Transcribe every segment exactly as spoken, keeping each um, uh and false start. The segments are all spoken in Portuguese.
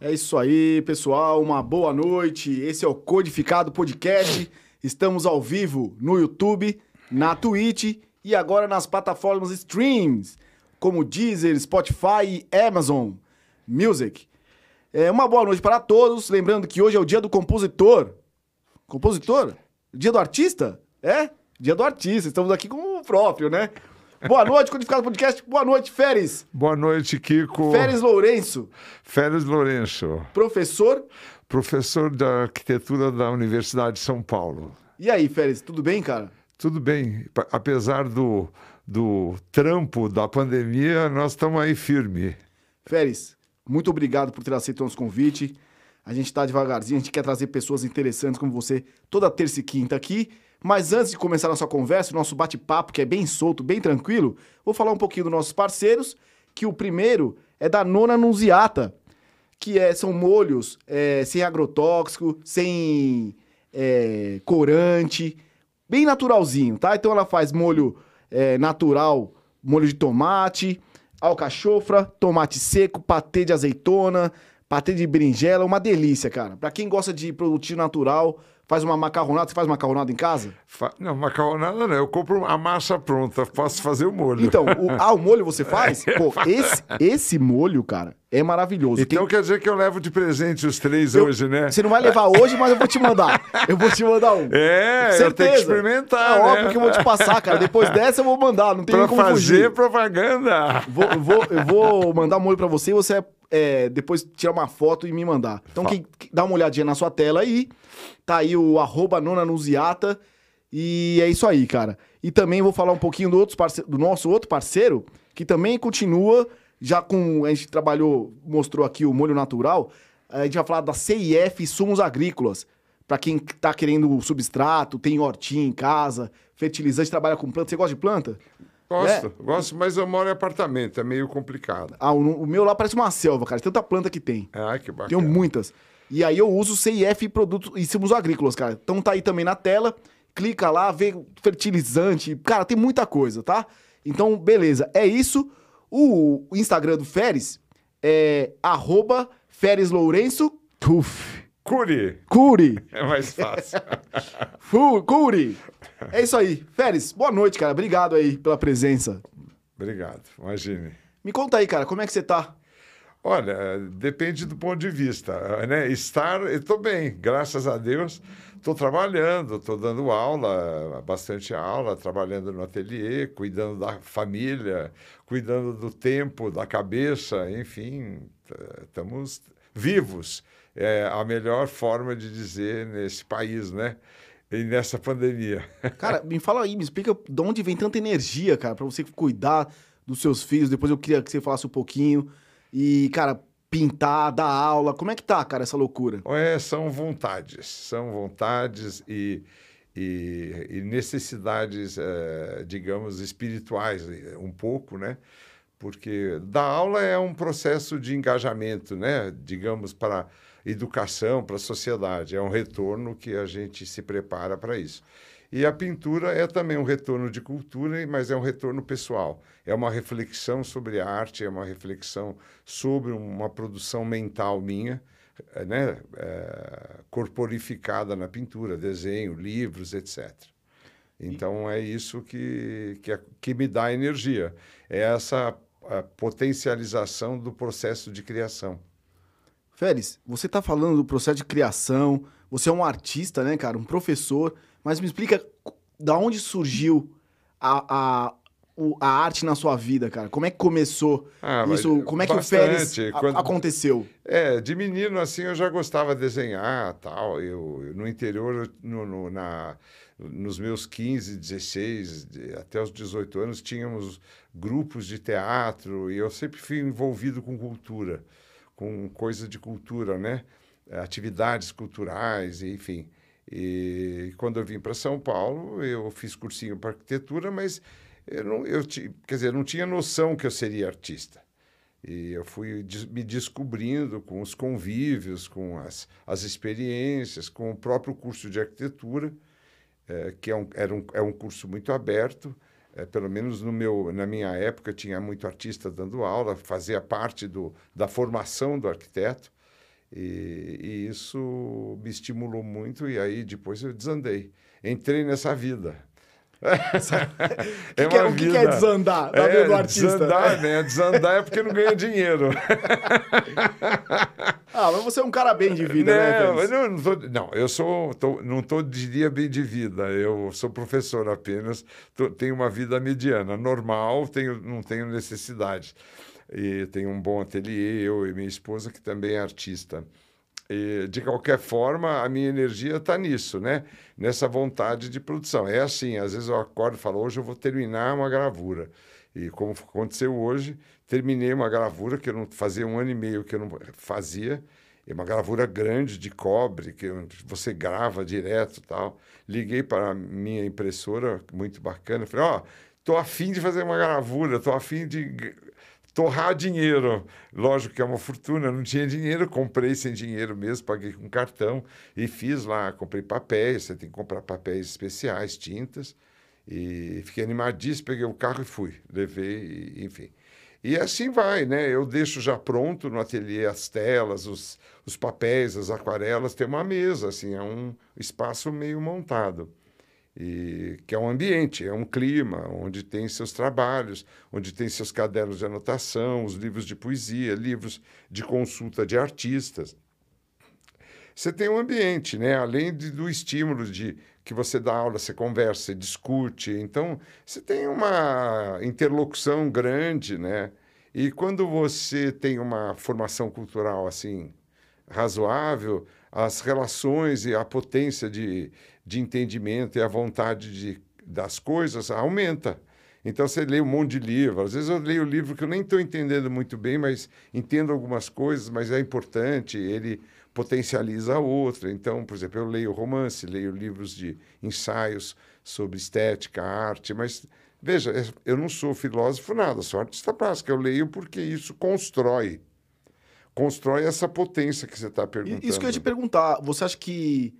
É isso aí, pessoal. Uma boa noite. Esse é o Codificado Podcast. Estamos ao vivo no YouTube, na Twitch e agora nas plataformas streams, como Deezer, Spotify e Amazon Music. É uma boa noite para todos. Lembrando que hoje é o dia do compositor. Compositor? Dia do artista? É? Dia do artista. Estamos aqui com o próprio, né? Boa noite, Codificado Podcast. Boa noite, Feres. Boa noite, Kiko. Feres Lourenço. Feres Lourenço. Professor. Professor da Arquitetura da Universidade de São Paulo. E aí, Feres, tudo bem, cara? Tudo bem. Apesar do, do trampo da pandemia, nós estamos aí firme. Feres, muito obrigado por ter aceito o nosso convite. A gente está devagarzinho, a gente quer trazer pessoas interessantes como você toda terça e quinta aqui. Mas antes de começar a nossa conversa, o nosso bate-papo, que é bem solto, bem tranquilo, vou falar um pouquinho dos nossos parceiros, que o primeiro é da Nona Nunziata, que é, são molhos é, sem agrotóxico, sem é, corante, bem naturalzinho, tá? Então ela faz molho é, natural, molho de tomate, alcachofra, tomate seco, patê de azeitona, patê de berinjela, uma delícia, cara. Pra quem gosta de produto natural, faz uma macarronada. Você faz macarronada em casa? Fa... Não, macarronada não. Eu compro a massa pronta, posso fazer o molho. Então, o... ah, o molho você faz? Pô, esse, esse molho, cara, é maravilhoso. Então Quem... quer dizer que eu levo de presente os três eu... hoje, né? Você não vai levar hoje, mas eu vou te mandar. Eu vou te mandar um. É, certeza. Eu tenho que experimentar, É né? óbvio que eu vou te passar, cara. Depois dessa eu vou mandar, não tem pra nem como fazer fugir. propaganda. Vou, eu, vou, eu vou mandar um molho pra você e você é, depois tirar uma foto e me mandar. Então, quem dá uma olhadinha na sua tela aí, tá aí o arroba Nona Nunziata. E é isso aí, cara. E também vou falar um pouquinho do, outros parce... do nosso outro parceiro, que também continua, já com... A gente trabalhou, mostrou aqui o molho natural. A gente vai falar da C I F Insumos Agrícolas. Pra quem tá querendo substrato, tem hortinha em casa, fertilizante, trabalha com planta. Você gosta de planta? Gosto, é? gosto, mas eu moro em apartamento, é meio complicado. Ah, o, o meu lá parece uma selva, cara. Tanta planta que tem. Ah, que bacana. Tenho muitas. E aí eu uso C I F Produtos Insumos Agrícolas, cara. Então tá aí também na tela. Clica lá, vê fertilizante. Cara, tem muita coisa, tá? Então, beleza. É isso. O Instagram do Feres é arroba Feres Lourenço. Uf. Curi. Curi. É mais fácil. Curi. É isso aí. Feres, boa noite, cara. Obrigado aí pela presença. Obrigado, imagine. Me conta aí, cara, como é que você tá? Olha, depende do ponto de vista, né? Estar, eu estou bem, graças a Deus. Estou trabalhando, estou dando aula, bastante aula, trabalhando no ateliê, cuidando da família, cuidando do tempo, da cabeça, enfim, estamos vivos. É a melhor forma de dizer nesse país, né? E nessa pandemia. Cara, me fala aí, me explica de onde vem tanta energia, cara, para você cuidar dos seus filhos. Depois eu queria que você falasse um pouquinho. E, cara, pintar, dar aula. Como é que tá, cara, essa loucura? É, são vontades. São vontades e, e, e necessidades, é, digamos, espirituais, um pouco, né? Porque dar aula é um processo de engajamento, né? Digamos, para educação, para a sociedade. É um retorno que a gente se prepara para isso. E a pintura é também um retorno de cultura, mas é um retorno pessoal. É uma reflexão sobre a arte, é uma reflexão sobre uma produção mental minha, né? É, corporificada na pintura, desenho, livros, etcétera. Então, é isso que, que, é, que me dá energia. É essa a potencialização do processo de criação. Feres, você tá falando do processo de criação, você é um artista, né, cara, um professor, mas me explica da onde surgiu a, a, o, a arte na sua vida, cara? Como é que começou ah, isso? Como é que bastante. o Feres Quando... a, aconteceu? É, de menino, assim, eu já gostava de desenhar, tal. Eu, no interior, no, no, na, nos meus quinze, dezesseis, até os dezoito anos, tínhamos grupos de teatro e eu sempre fui envolvido com cultura, com coisa de cultura, né? Atividades culturais, enfim. E quando eu vim para São Paulo, eu fiz cursinho para arquitetura, mas eu não, eu, quer dizer, não tinha noção que eu seria artista. E eu fui des- me descobrindo com os convívios, com as, as experiências, com o próprio curso de arquitetura, é, que é um, era um, é um curso muito aberto. É, pelo menos no meu, na minha época, tinha muito artista dando aula, fazia parte do, da formação do arquiteto. E, e isso me estimulou muito e aí depois eu desandei. Entrei nessa vida. que que é, o que, que é desandar da vida do artista? Desandar, né? Desandar é porque não ganha dinheiro. Ah, mas você é um cara bem de vida, não, né, não, não, tô, não, eu sou, tô, não estou, diria, bem de vida. Eu sou professor apenas, tô, tenho uma vida mediana, normal, tenho, não tenho necessidade. E tenho um bom ateliê, eu e minha esposa, que também é artista. E, de qualquer forma, a minha energia está nisso, né? Nessa vontade de produção. É assim, às vezes eu acordo e falo, hoje eu vou terminar uma gravura. E como aconteceu hoje, terminei uma gravura que eu não fazia um ano e meio que eu não fazia. É uma gravura grande de cobre, que você grava direto e tal. Liguei para a minha impressora, muito bacana. Falei, ó, oh, tô afim de fazer uma gravura, tô afim de torrar dinheiro. Lógico que é uma fortuna, não tinha dinheiro, comprei sem dinheiro mesmo, paguei com cartão e fiz lá, comprei papéis, você tem que comprar papéis especiais, tintas, e fiquei animadíssimo, peguei o carro e fui, levei, enfim. E assim vai, né? Eu deixo já pronto no ateliê as telas, os, os papéis, as aquarelas, tem uma mesa, assim, é um espaço meio montado. E, que é um ambiente, é um clima, onde tem seus trabalhos, onde tem seus cadernos de anotação, os livros de poesia, livros de consulta de artistas. Você tem um ambiente, né? Além de, do estímulo de que você dá aula, você conversa, você discute. Então, você tem uma interlocução grande, né? E quando você tem uma formação cultural assim razoável, as relações e a potência de, de entendimento e a vontade de, das coisas aumenta. Então, você lê um monte de livro. Às vezes eu leio livro que eu nem estou entendendo muito bem, mas entendo algumas coisas, mas é importante, ele potencializa a outra. Então, por exemplo, eu leio romance, leio livros de ensaios sobre estética, arte, mas, veja, eu não sou filósofo nada, sou artista plástico. Eu leio porque isso constrói. Constrói essa potência que você está perguntando. Isso que eu ia te perguntar. Você acha que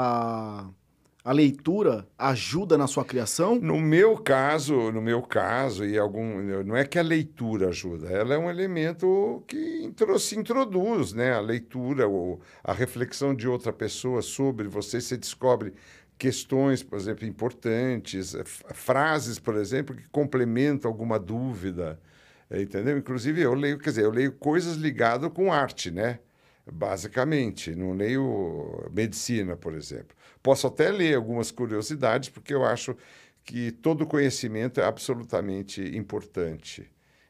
a, a leitura ajuda na sua criação? No meu caso, no meu caso, e algum, não é que a leitura ajuda, ela é um elemento que intro, se introduz, né? A leitura, ou a reflexão de outra pessoa sobre você, você descobre questões, por exemplo, importantes, frases, por exemplo, que complementam alguma dúvida. Entendeu? Inclusive, eu leio, quer dizer, eu leio coisas ligadas com arte, né? Basicamente. Não leio medicina, por exemplo. Posso até ler algumas curiosidades, porque eu acho que todo conhecimento é absolutamente importante.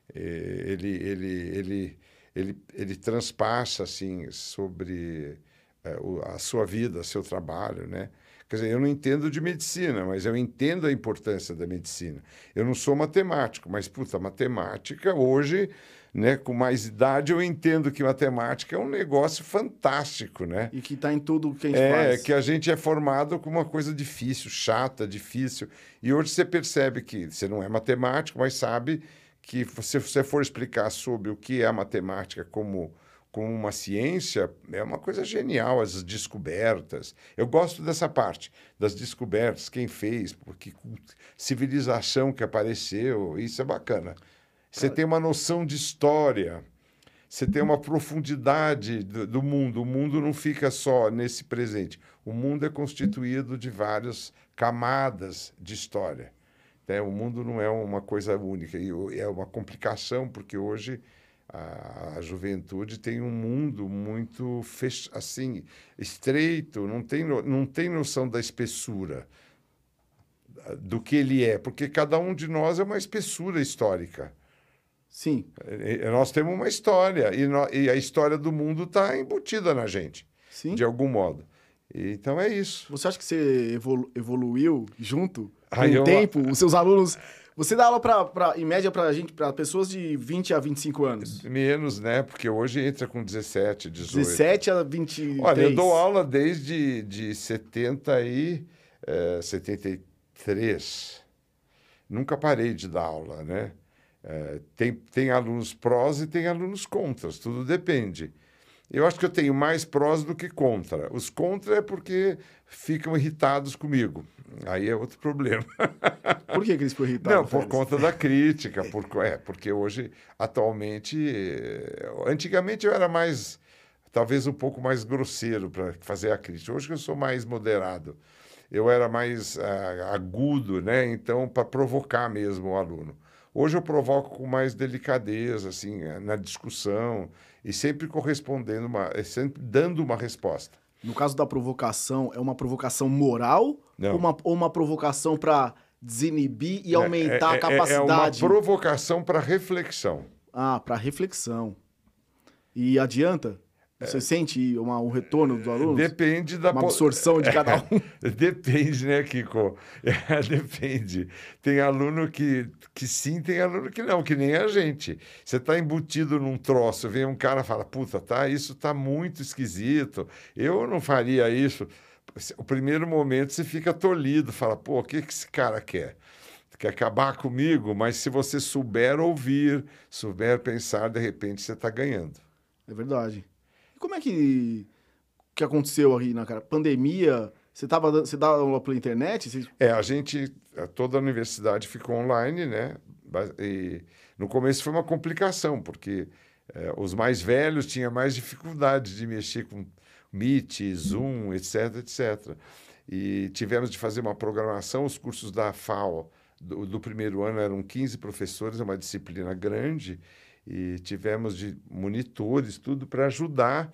Ele, ele, ele, ele, ele transpassa, assim, sobre a sua vida, seu trabalho, né? Quer dizer, eu não entendo de medicina, mas eu entendo a importância da medicina. Eu não sou matemático, mas, puta, matemática hoje, né, com mais idade, eu entendo que matemática é um negócio fantástico, né? E que está em tudo que a gente é, faz. É, que a gente é formado com uma coisa difícil, chata, difícil. E hoje você percebe que você não é matemático, mas sabe que se você for explicar sobre o que é a matemática como... como uma ciência, é uma coisa genial, as descobertas. Eu gosto dessa parte, das descobertas, quem fez, que civilização que apareceu, isso é bacana. Você tem uma noção de história, você tem uma profundidade do, do mundo. O mundo não fica só nesse presente. O mundo é constituído de várias camadas de história. Né? O mundo não é uma coisa única, e é uma complicação, porque hoje... A, a juventude tem um mundo muito fech... assim, estreito, não tem, no... não tem noção da espessura do que ele é, porque cada um de nós é uma espessura histórica. Sim. E, nós temos uma história, e, no... e a história do mundo está embutida na gente, Sim. de algum modo. E, então é isso. Você acha que você evolu... evoluiu junto com Aí o eu... tempo? Os seus alunos... Você dá aula, pra, pra, em média, para gente, para pessoas de vinte a vinte e cinco anos? Menos, né? Porque hoje entra com dezessete, dezoito. dezessete a vinte e três. Olha, eu dou aula desde de setenta e, eh, setenta e três. Nunca parei de dar aula, né? Eh, tem, tem alunos prós e tem alunos contras, tudo depende. Eu acho que eu tenho mais prós do que contra. Os contra é porque ficam irritados comigo. Aí é outro problema. Por que, que eles ficam irritados? Não, por conta da crítica. Por, é, porque hoje, atualmente... Antigamente eu era mais talvez um pouco mais grosseiro para fazer a crítica. Hoje eu sou mais moderado. Eu era mais ah, agudo, né? Então, para provocar mesmo o aluno. Hoje eu provoco com mais delicadeza, assim, na discussão, e sempre correspondendo, uma, sempre dando uma resposta. No caso da provocação, é uma provocação moral Não. ou uma, ou uma provocação para desinibir e É, aumentar é, a capacidade? É uma provocação para reflexão. Ah, para reflexão. E adianta? Você é. sente uma, um retorno dos alunos? Depende da... Uma absorção de cada um? É, depende, né, Kiko? É, depende. Tem aluno que, que sim, tem aluno que não, que nem a gente. Você está embutido num troço, vem um cara e fala, puta, tá, isso tá muito esquisito, eu não faria isso. O primeiro momento você fica tolhido, fala, pô, o que, que esse cara quer? Quer acabar comigo? Mas se você souber ouvir, souber pensar, de repente você está ganhando. É verdade. Como é que, que aconteceu aí na cara? Pandemia, você, tava, você dava aula pela internet? Você... É, a gente, toda a universidade ficou online, né? E no começo foi uma complicação, porque é, os mais velhos tinham mais dificuldade de mexer com Meet, Zoom, etc, etcétera. E tivemos de fazer uma programação, os cursos da F A O do, do primeiro ano eram quinze professores, é uma disciplina grande, e tivemos de monitores, tudo para ajudar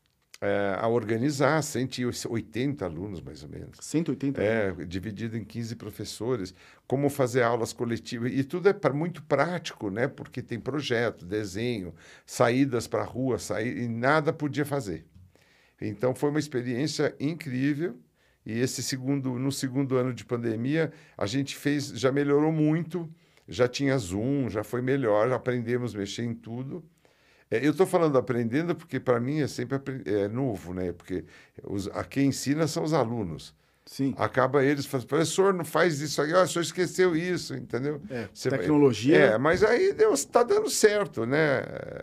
é, a organizar cento e oitenta alunos, mais ou menos. cento e oitenta? É, dividido em quinze professores. Como fazer aulas coletivas. E tudo é pra, muito prático, né? Porque tem projeto, desenho, saídas para a rua, sair, e nada podia fazer. Então, foi uma experiência incrível. E esse segundo, no segundo ano de pandemia, a gente fez, já melhorou muito. Já tinha Zoom, já foi melhor, aprendemos a mexer em tudo. É, eu estou falando aprendendo porque, para mim, é sempre é novo, né? Porque os, a quem ensina são os alunos. Sim. Acaba eles falando, professor, não faz isso aí, oh, o senhor esqueceu isso, entendeu? É, Você, tecnologia... É, mas aí está dando certo, né?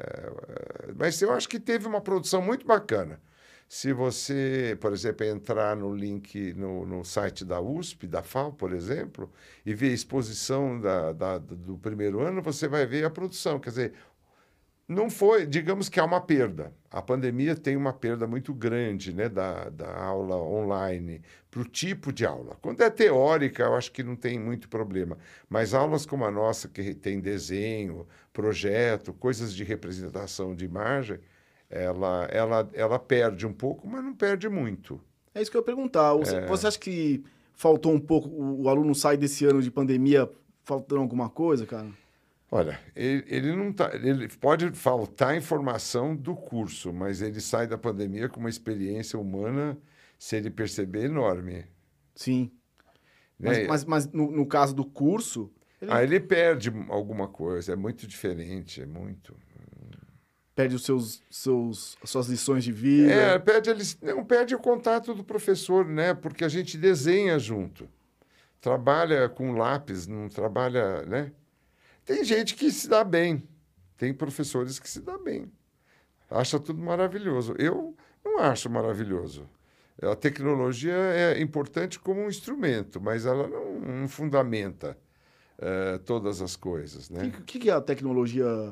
Mas eu acho que teve uma produção muito bacana. Se você, por exemplo, entrar no link no, no site da U S P, da F A O, por exemplo, e ver a exposição da, da, do primeiro ano, você vai ver a produção. Quer dizer, não foi, digamos que há uma perda. A pandemia tem uma perda muito grande, né, da, da aula online para o tipo de aula. Quando é teórica, eu acho que não tem muito problema. Mas aulas como a nossa, que tem desenho, projeto, coisas de representação de imagem, ela, ela, ela perde um pouco, mas não perde muito. É isso que eu ia perguntar. Você, é... você acha que faltou um pouco, o, o aluno sai desse ano de pandemia faltando alguma coisa, cara? Olha, ele, ele não tá, ele pode faltar informação do curso, mas ele sai da pandemia com uma experiência humana, se ele perceber, enorme. Sim. Né? Mas, mas, mas no, no caso do curso... Ele... Ah, ele perde alguma coisa, é muito diferente, é muito... Perde os seus, seus, suas lições de vida. É, perde, não, perde o contato do professor, né? Porque a gente desenha junto. Trabalha com lápis, não trabalha, né? Tem gente que se dá bem. Tem professores que se dão bem. Acha tudo maravilhoso. Eu não acho maravilhoso. A tecnologia é importante como um instrumento, mas ela não, não fundamenta uh, todas as coisas, né? O que, que é a tecnologia...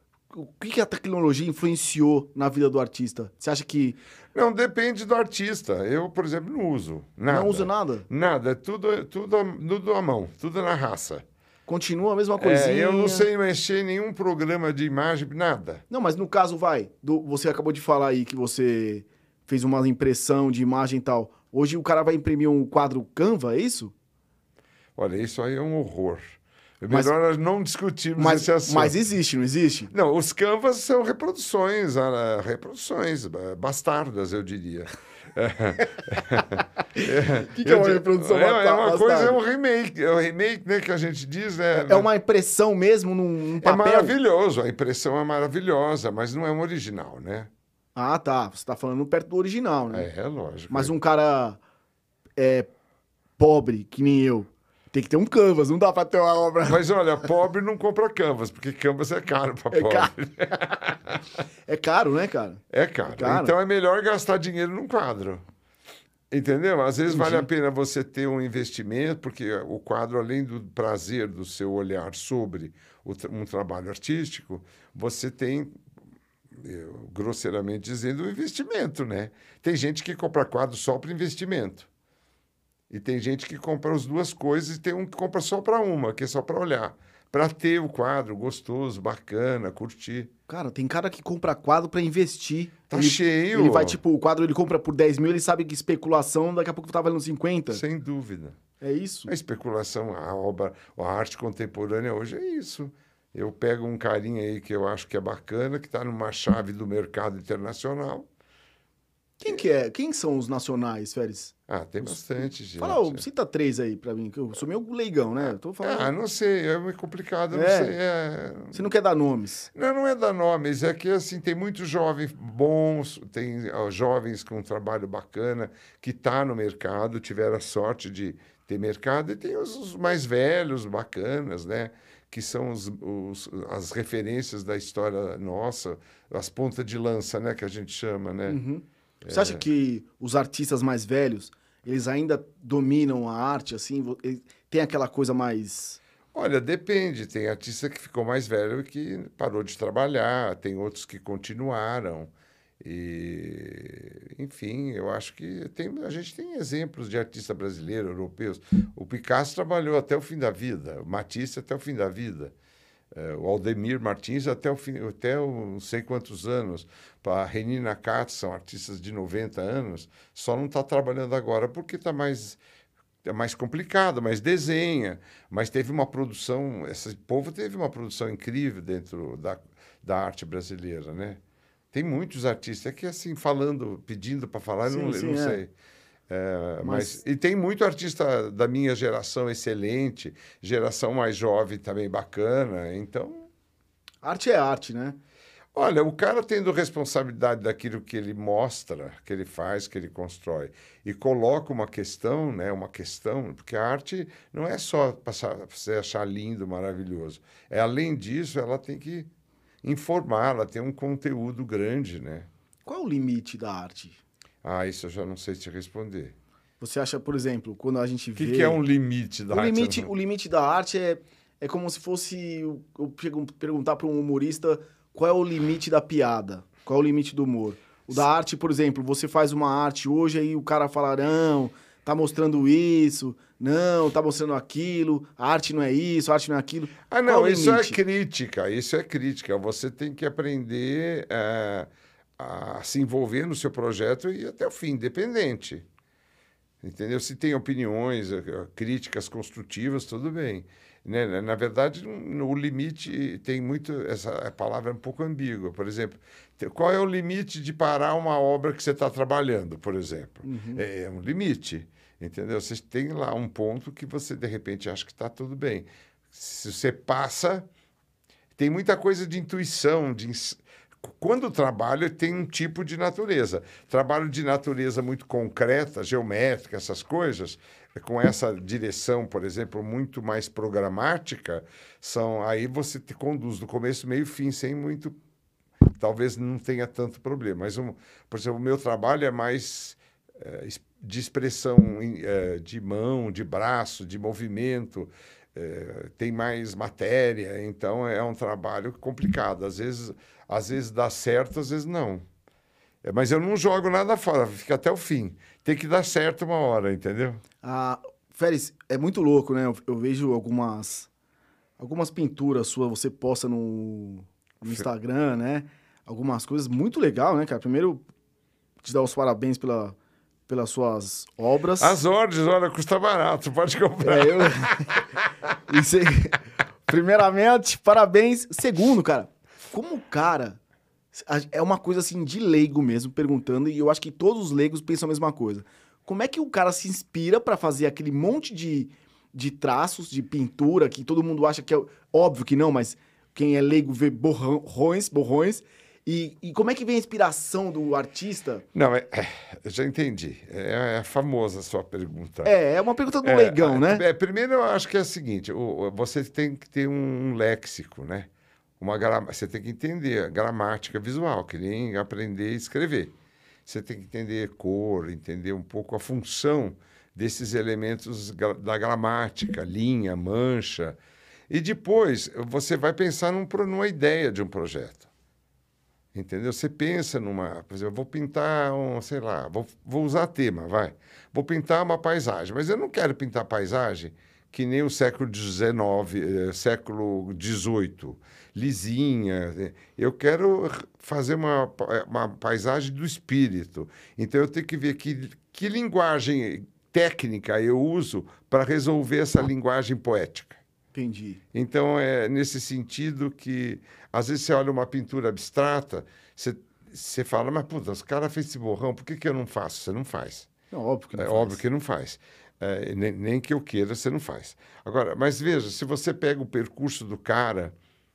O que, que a tecnologia influenciou na vida do artista? Você acha que... Não, depende do artista. Eu, por exemplo, não uso nada. Não usa nada? Nada. É tudo, tudo, tudo à mão, tudo na raça. Continua a mesma coisinha? É, eu não sei mexer em nenhum programa de imagem, nada. Não, mas no caso, vai, do, você acabou de falar aí que você fez uma impressão de imagem e tal. Hoje o cara vai imprimir um quadro Canva, é isso? Olha, isso aí é um horror. É melhor nós não discutirmos mas, esse assunto. Mas existe, não existe? Não, os canvas são reproduções, uh, reproduções, uh, bastardas, eu diria. O que, que é uma reprodução é, bastarda? É uma coisa, é um remake, é um remake, né, que a gente diz, né? É uma impressão mesmo num, num papel? É maravilhoso, a impressão é maravilhosa, mas não é um original, né? Ah, tá, você tá falando perto do original, né? É, é lógico. Mas um cara é, pobre, que nem eu, tem que ter um canvas, não dá pra ter uma obra... Mas olha, pobre não compra canvas, porque canvas é caro pra é pobre. Caro. É caro, né, cara? É caro. é caro. Então é melhor gastar dinheiro num quadro. Entendeu? Às vezes Entendi. Vale a pena você ter um investimento, porque o quadro, além do prazer do seu olhar sobre o, um trabalho artístico, você tem eu, grosseiramente dizendo, o investimento, né? Tem gente que compra quadro só para investimento. E tem gente que compra as duas coisas e tem um que compra só para uma, que é só para olhar. Para ter o quadro gostoso, bacana, curtir. Cara, tem cara que compra quadro pra investir. Tá ele, cheio. Ele vai, tipo, o quadro ele compra por dez mil, ele sabe que especulação, daqui a pouco tá valendo cinquenta. Sem dúvida. É isso? A especulação, a obra, a arte contemporânea hoje é isso. Eu pego um carinha aí que eu acho que é bacana, que está numa chave do mercado internacional. Quem que é? Quem são os nacionais, Férez? Ah, tem bastante gente. Fala, ó, cita três aí pra mim, que eu sou meio leigão, né? Eu tô falando... Ah, não sei, é muito complicado, eu É. não sei. É... Você não quer dar nomes? Não, não é dar nomes, é que assim, tem muitos jovens bons, tem ó, jovens com um trabalho bacana, que está no mercado, tiveram a sorte de ter mercado, e tem os, os mais velhos, bacanas, né? Que são os, os, as referências da história nossa, as pontas de lança, né? Que a gente chama, né? Uhum. Você acha que os artistas mais velhos, eles ainda dominam a arte, assim? vo- ele- Tem aquela coisa mais... Olha, depende. Tem artista que ficou mais velho e que parou de trabalhar, tem outros que continuaram. E, enfim, eu acho que tem, a gente tem exemplos de artista brasileiro, europeus. O Picasso trabalhou até o fim da vida, o Matisse até o fim da vida. Eh, o Aldemir Martins até o fim, até o não sei quantos anos. Para a Renina Katz, são artistas de noventa anos, só não está trabalhando agora porque está mais, é mais complicado, mas desenha. Mas teve uma produção, esse povo teve uma produção incrível dentro da, da arte brasileira, né? Tem muitos artistas, é que assim, falando, pedindo para falar, eu não, Sim, eu não sim, é. sei. É, Mas- mas... E tem muito artista da minha geração excelente, geração mais jovem também bacana. Então, Arte é arte, né? olha, o cara tendo responsabilidade daquilo que ele mostra, que ele faz, que ele constrói, e coloca uma questão, né, uma questão, porque a arte não é só para você achar lindo, maravilhoso. É, além disso, ela tem que informar, ela tem um conteúdo grande, né? Qual é o limite da arte? Ah, isso eu já não sei te responder. Você acha, por exemplo, quando a gente O vê... que, que é um limite da o arte? limite, o limite da arte é, é como se fosse eu eu pergun- perguntar para um humorista qual é o limite da piada, qual é o limite do humor. O da arte, por exemplo, você faz uma arte hoje, aí o cara fala, não, tá mostrando isso, não, tá mostrando aquilo, a arte não é isso, a arte não é aquilo. Ah, Qual não, o isso é limite? crítica, isso é crítica. Você tem que aprender eh, a se envolver no seu projeto e ir até o fim, independente. Entendeu? Se tem opiniões, eh, eh, críticas construtivas, tudo bem. Né? Na- Na verdade, no o limite tem muito... Essa palavra é um pouco ambígua. Por exemplo, te- qual é o limite de parar uma obra que você está trabalhando, por exemplo? É, é um limite, entendeu? Você tem lá um ponto que você, de repente, acha que está tudo bem. Se você passa... Tem muita coisa de intuição, de... ins- Quando o trabalho tem um tipo de natureza. Trabalho de natureza muito concreta, geométrica, essas coisas, com essa direção, por exemplo, muito mais programática, são aí você te conduz do começo, meio e fim, sem muito... Talvez não tenha tanto problema. Mas, um, por exemplo, o meu trabalho é mais eh, es- de expressão em- eh, de mão, de braço, de movimento, eh, tem mais matéria, então é um trabalho complicado. Às vezes, às vezes dá certo, às vezes não. É, mas eu não jogo nada fora, fica até o fim. Tem que dar certo uma hora, entendeu? Ah, Férez, é muito louco, né? Eu, eu vejo algumas, algumas pinturas suas, você posta no, no Instagram, né? Algumas coisas muito legal, né, cara? Primeiro, te dar os parabéns pela, pelas suas obras. As ordens, olha, custa barato, pode comprar. É, eu... Isso aí. Primeiramente, parabéns. Segundo, cara, como o cara... É uma coisa assim de leigo mesmo, perguntando, e eu acho que todos os leigos pensam a mesma coisa. Como é que o cara se inspira pra fazer aquele monte de, de traços, de pintura, que todo mundo acha que é... Óbvio que não, mas quem é leigo vê borrões, borrões. E, e como é que vem a inspiração do artista? Não, é, é, eu já entendi. É, é famosa a sua pergunta. É, é uma pergunta do É, leigão, né? é, primeiro, eu acho que é o seguinte: o, o- você tem que ter um léxico, né? Uma grama, você tem que entender a gramática visual, que nem aprender a escrever. Você tem que entender cor, entender um pouco a função desses elementos gra- da gramática, linha, mancha. E depois você vai pensar num, pro- numa ideia de um projeto. Entendeu? Você pensa numa... Por exemplo, eu vou pintar um, sei lá, vou, vou usar tema, vai. Vou pintar uma paisagem, mas eu não quero pintar paisagem que nem o século dezenove, eh, século dezoito, lisinha. Eu quero fazer uma, uma paisagem do espírito. Então, eu tenho que ver que, que linguagem técnica eu uso para resolver essa linguagem poética. Entendi. Então, é nesse sentido que, às vezes, você olha uma pintura abstrata, você, você fala, mas, puta, os caras fez esse borrão, por que, que eu não faço? Você não faz. É óbvio que não É faz. óbvio que não faz. É, nem, nem que eu queira, você não faz. Agora, mas veja, se você pega o percurso do cara,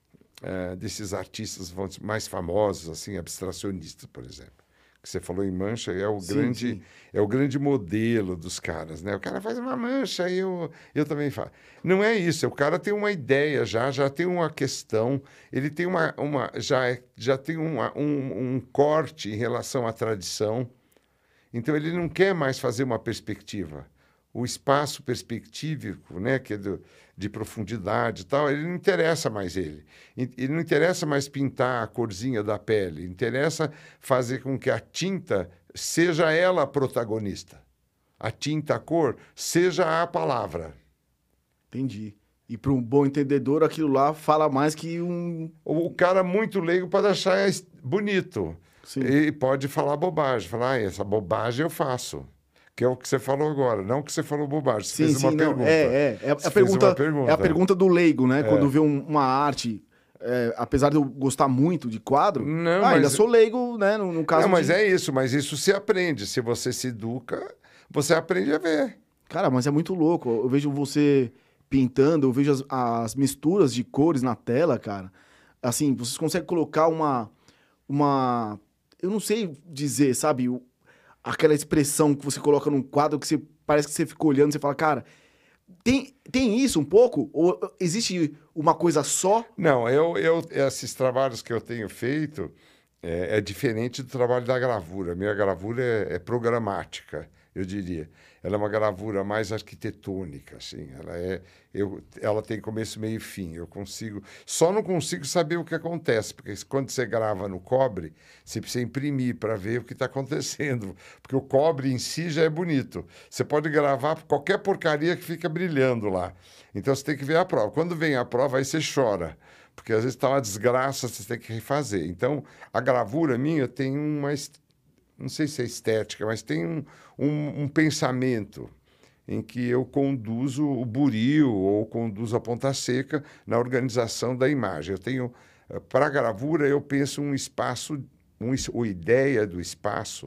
é, desses artistas mais famosos, assim, abstracionistas, por exemplo, que você falou em Mancha, é o, Sim, grande, sim. é o grande modelo dos caras, né? O cara faz uma mancha e eu, eu também faço. Não é isso, o cara tem uma ideia já, já tem uma questão, ele tem uma, uma já, é, já tem uma, um, um corte em relação à tradição, então ele não quer mais fazer uma perspectiva. O espaço perspectívico, né, que é do, de profundidade e tal, ele não interessa mais ele. Ele não interessa mais pintar a corzinha da pele, interessa fazer com que a tinta seja ela a protagonista. A tinta, a cor, seja a palavra. Entendi. E para um bom entendedor, aquilo lá fala mais que um... O cara muito leigo pode achar bonito. Sim. E pode falar bobagem. Falar, ah, essa bobagem eu faço. Que é o que você falou agora, não que você falou bobagem. Você Sim, fez sim, uma não. pergunta. É, é. É a, Você pergunta, fez uma pergunta. é a pergunta do leigo, né? É. Quando vê um, uma arte, é, apesar de eu gostar muito de quadro, não, ah, mas... ainda sou leigo, né? No, no caso Não, mas de... é isso, mas isso se aprende. Se você se educa, você aprende a ver. Cara, mas é muito louco. Eu vejo você pintando, eu vejo as, as misturas de cores na tela, cara. Assim, vocês conseguem colocar uma... uma... Eu não sei dizer, sabe? Aquela expressão que você coloca num quadro que você parece que você fica olhando e você fala, cara, tem, tem isso um pouco? Ou existe uma coisa só? Não, eu, eu, esses trabalhos que eu tenho feito é, é diferente do trabalho da gravura. Minha gravura é, é programática, eu diria. Ela é uma gravura mais arquitetônica, assim. Ela, é, eu, ela tem começo, meio e fim. Eu consigo... Só não consigo saber o que acontece, porque quando você grava no cobre, você precisa imprimir para ver o que está acontecendo. Porque o cobre em si já é bonito. Você pode gravar qualquer porcaria que fica brilhando lá. Então, você tem que ver a prova. Quando vem a prova, aí você chora. Porque, às vezes, está uma desgraça, você tem que refazer. Então, a gravura minha tem uma... não sei se é estética, mas tem um, um, um pensamento em que eu conduzo o buril ou conduzo a ponta seca na organização da imagem. Eu tenho, para a gravura, eu penso um espaço, um, uma ideia do espaço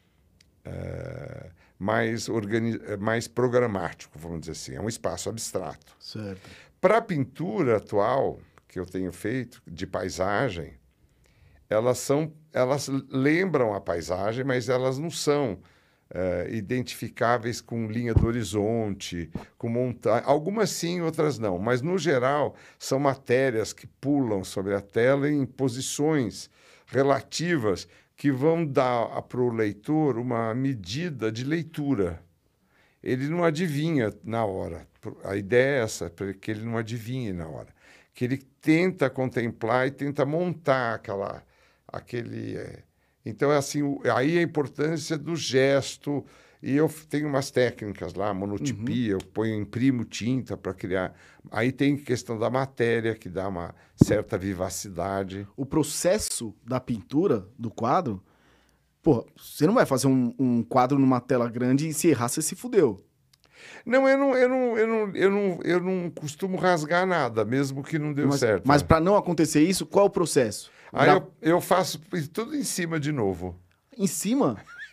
uh, mais, organi mais programático, vamos dizer assim. É um espaço abstrato. Certo. Para a pintura atual, que eu tenho feito, de paisagem, elas são, elas lembram a paisagem, mas elas não são uh, identificáveis com linha do horizonte, com montanha. Algumas sim, outras não. Mas, no geral, são matérias que pulam sobre a tela em posições relativas que vão dar para o leitor uma medida de leitura. Ele não adivinha na hora. A ideia é essa, que ele não adivinhe na hora. Que ele tenta contemplar e tenta montar aquela... aquele é. Então é assim, o, aí a importância do gesto, e eu tenho umas técnicas lá, monotipia, uhum. Eu ponho, imprimo tinta para criar. Aí tem questão da matéria, que dá uma certa vivacidade. O processo da pintura do quadro, pô, você não vai fazer um, um quadro numa tela grande e se errar, você se fudeu. Não, eu não, eu não, eu não, eu não, eu não costumo rasgar nada, mesmo que não deu mas, certo. Mas para não acontecer isso, qual é o processo? Aí Gra... eu, eu faço tudo em cima de novo. Em cima?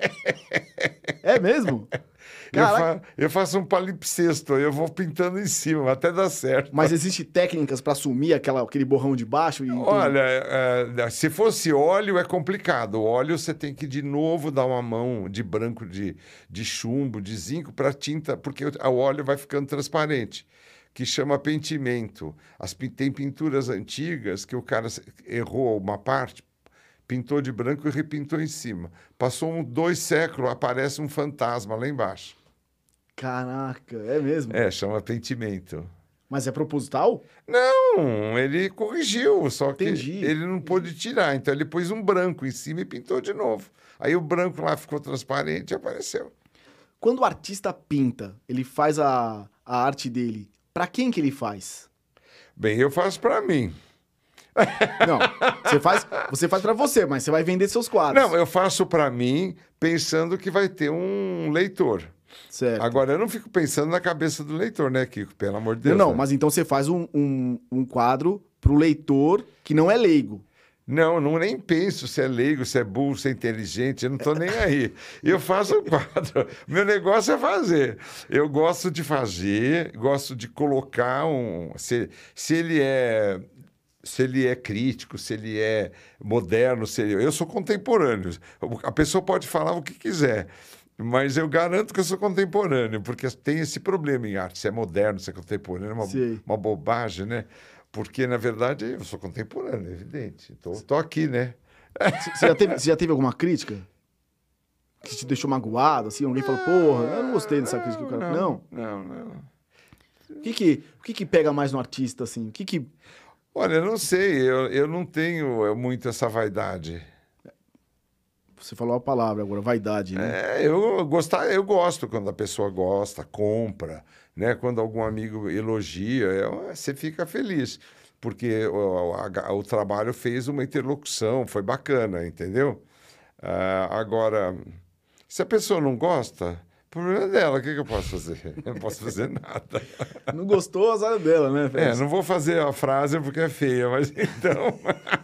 É mesmo? Eu, fa eu faço um palimpsesto, eu vou pintando em cima, até dar certo. Mas existe técnicas para assumir aquela, aquele borrão de baixo? E Olha, é, se fosse óleo é complicado. O óleo você tem que de novo dar uma mão de branco, de, de chumbo, de zinco para tinta, porque o óleo vai ficando transparente, que chama pentimento. As, tem pinturas antigas que o cara errou uma parte, pintou de branco e repintou em cima. Passou um, dois séculos, aparece um fantasma lá embaixo. Caraca, é mesmo? É, chama pentimento. Mas é proposital? Não, ele corrigiu, só que Entendi. ele não pôde tirar. Então ele pôs um branco em cima e pintou de novo. Aí o branco lá ficou transparente e apareceu. Quando o artista pinta, ele faz a, a arte dele, pra quem que ele faz? Bem, eu faço para mim. Não, você faz, você faz para você, mas você vai vender seus quadros. Não, eu faço para mim pensando que vai ter um leitor. Certo. Agora, eu não fico pensando na cabeça do leitor, né, Kiko? Pelo amor de Deus. Não, não, né? mas então você faz um, um, um quadro pro leitor que não é leigo. Não, não nem penso se é leigo, se é burro, se é inteligente, eu não estou nem aí. Eu faço o quadro. Meu negócio é fazer. Eu gosto de fazer, gosto de colocar um... Se, se ele é... Se ele é crítico, se ele é moderno, se ele... eu sou contemporâneo. A pessoa pode falar o que quiser, mas eu garanto que eu sou contemporâneo, porque tem esse problema em arte. Se é moderno, se é contemporâneo, é uma, uma bobagem, né? Porque, na verdade, eu sou contemporâneo, é evidente. Estou aqui, né? Você já, teve, você já teve alguma crítica? Que te deixou magoado, assim? Alguém falou, porra, eu não gostei dessa crítica. Não, Cara... não, não, não. O que que, o que que pega mais no artista, assim? O que que... Olha, eu não sei, eu, eu não tenho muito essa vaidade. Você falou a palavra agora, vaidade, né? É, eu, gostar, eu gosto quando a pessoa gosta, compra, né? Quando algum amigo elogia, eu, você fica feliz, porque o, a, o trabalho fez uma interlocução, foi bacana, entendeu? Ah, agora, se a pessoa não gosta, o problema é dela, o que, que eu posso fazer? Eu não posso fazer nada. Não gostou, azar dela, né, Félix? É, não vou fazer a frase porque é feia, mas então...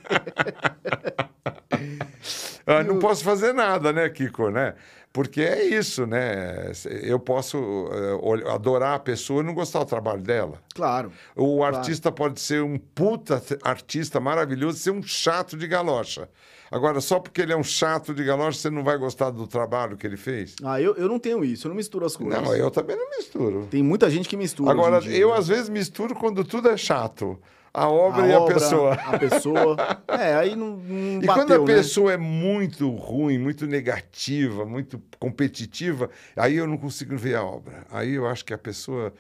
ah, não posso fazer nada, né, Kiko, né? Porque é isso, né? Eu posso uh, adorar a pessoa e não gostar do trabalho dela. Claro. O claro. artista pode ser um puta artista maravilhoso e ser um chato de galocha. Agora, só porque ele é um chato de galocha, você não vai gostar do trabalho que ele fez? Ah, eu, eu não tenho isso, eu não misturo as coisas. Não, eu também não misturo. Tem muita gente que mistura. Agora, dia, eu né? às vezes misturo quando tudo é chato. A obra a e obra, a pessoa. A pessoa. É, aí não, não E bateu, quando a né? pessoa é muito ruim, muito negativa, muito competitiva, aí eu não consigo ver a obra. Aí eu acho que a pessoa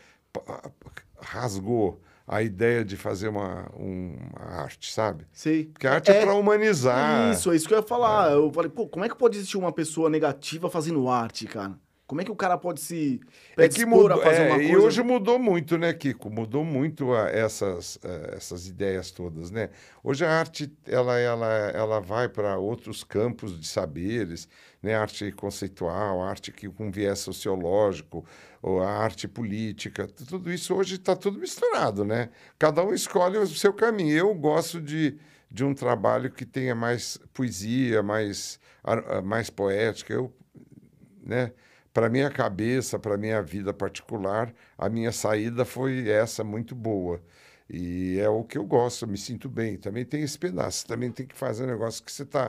rasgou a ideia de fazer uma, uma arte, sabe? Sei. Porque a arte é, é para humanizar. Isso, é isso que eu ia falar. É. Eu falei, pô, como é que pode existir uma pessoa negativa fazendo arte, cara? Como é que o cara pode se é que mudou, a fazer é, uma coisa? E hoje mudou muito, né, Kiko? Mudou muito a, essas, a, essas ideias todas, né? Hoje a arte, ela, ela, ela vai para outros campos de saberes, né? Arte conceitual, arte que, com viés sociológico, ou a arte política, tudo isso hoje está tudo misturado, né? Cada um escolhe o seu caminho. Eu gosto de, de um trabalho que tenha mais poesia, mais, mais poética, eu, né? Para minha cabeça, para minha vida particular, a minha saída foi essa, muito boa. E é o que eu gosto, eu me sinto bem. Também tem esse pedaço, também tem que fazer um negócio que você está,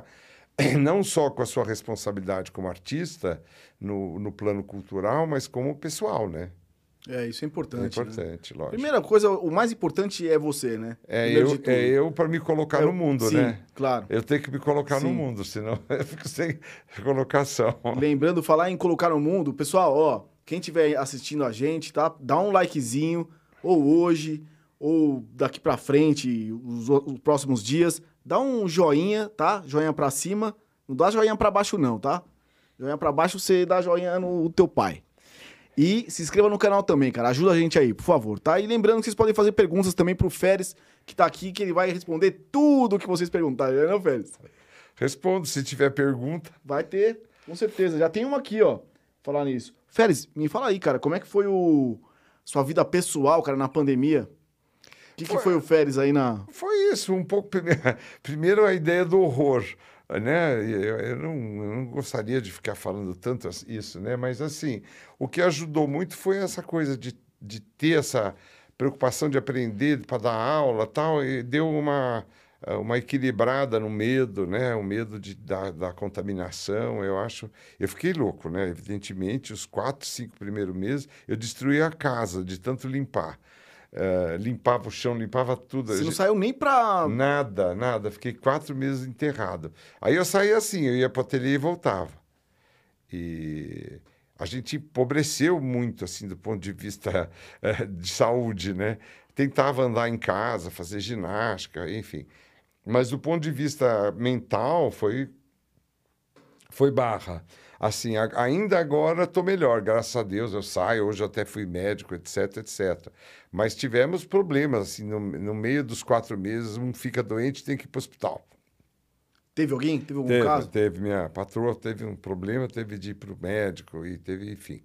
não só com a sua responsabilidade como artista, no, no plano cultural, mas como pessoal, né? É, isso é importante. É importante, né? lógico. Primeira coisa, o mais importante é você, né? É eu, é eu para me colocar é, no mundo, sim, né? Claro. Eu tenho que me colocar sim. no mundo, senão eu fico sem colocação. Lembrando, falar em colocar no mundo, pessoal, ó, quem estiver assistindo a gente, tá? Dá um likezinho, ou hoje, ou daqui pra frente, os, os próximos dias. Dá um joinha, tá? Joinha pra cima. Não dá joinha pra baixo, não, tá? Joinha pra baixo, você dá joinha no teu pai. E se inscreva no canal também, cara. Ajuda a gente aí, por favor, tá? E lembrando que vocês podem fazer perguntas também pro Férez, que tá aqui, que ele vai responder tudo que vocês perguntarem, né, Férez? Respondo, se tiver pergunta. Vai ter, com certeza. Já tem uma aqui, ó, falar nisso. Férez, me fala aí, cara, como é que foi o sua vida pessoal, cara, na pandemia? O que, foi... que foi o Férez aí na... Foi isso, um pouco... Primeiro a ideia do horror, né? Eu, eu, não, eu não gostaria de ficar falando tanto isso, né? Mas, assim, o que ajudou muito foi essa coisa de, de ter essa preocupação de aprender para dar aula e tal, e deu uma, uma equilibrada no medo, né? O medo de, da, da contaminação, eu acho... Eu fiquei louco, né? Evidentemente, os quatro, cinco primeiros meses, eu destruí a casa de tanto limpar. Uh, limpava o chão, limpava tudo. Você não saiu nem pra... Nada, nada. Fiquei quatro meses enterrado. Aí eu saía assim, eu ia para o ateliê e voltava. E a gente empobreceu muito, assim, do ponto de vista uh, de saúde, né? tentava andar em casa, fazer ginástica, enfim. Mas do ponto de vista mental, foi, foi barra. Assim, a, ainda agora estou melhor, graças a Deus, eu saio, hoje eu até fui médico, etc, etcétera. Mas tivemos problemas, assim, no, no meio dos quatro meses, um fica doente e tem que ir para o hospital. Teve alguém? Teve algum Teve, caso? teve. Minha patroa teve um problema, teve de ir para o médico e teve, enfim.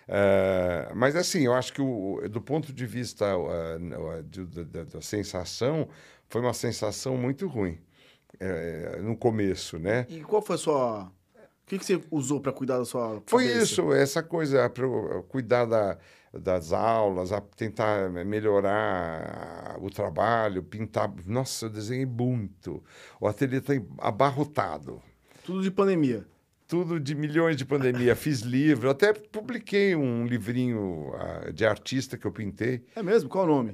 Uh, mas, assim, eu acho que o, do ponto de vista uh, de, de, de, da sensação, foi uma sensação muito ruim uh, no começo, né? E qual foi a sua... O que, que você usou para cuidar da sua Foi cabeça? isso, essa coisa, para cuidar da, das aulas, a tentar melhorar o trabalho, pintar. Nossa, eu desenhei muito. O ateliê está abarrotado. Tudo de pandemia. Tudo de milhões de pandemia. Fiz livro, até publiquei um livrinho uh, de artista que eu pintei. É mesmo? Qual o nome?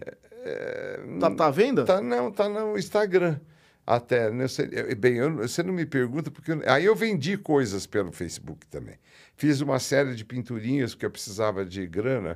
É, tá, tá à venda? Tá, não, tá no Instagram. Até, né, sei, bem, eu, você não me pergunta, porque... Eu, aí eu vendi coisas pelo Facebook também. Fiz uma série de pinturinhas, porque eu precisava de grana,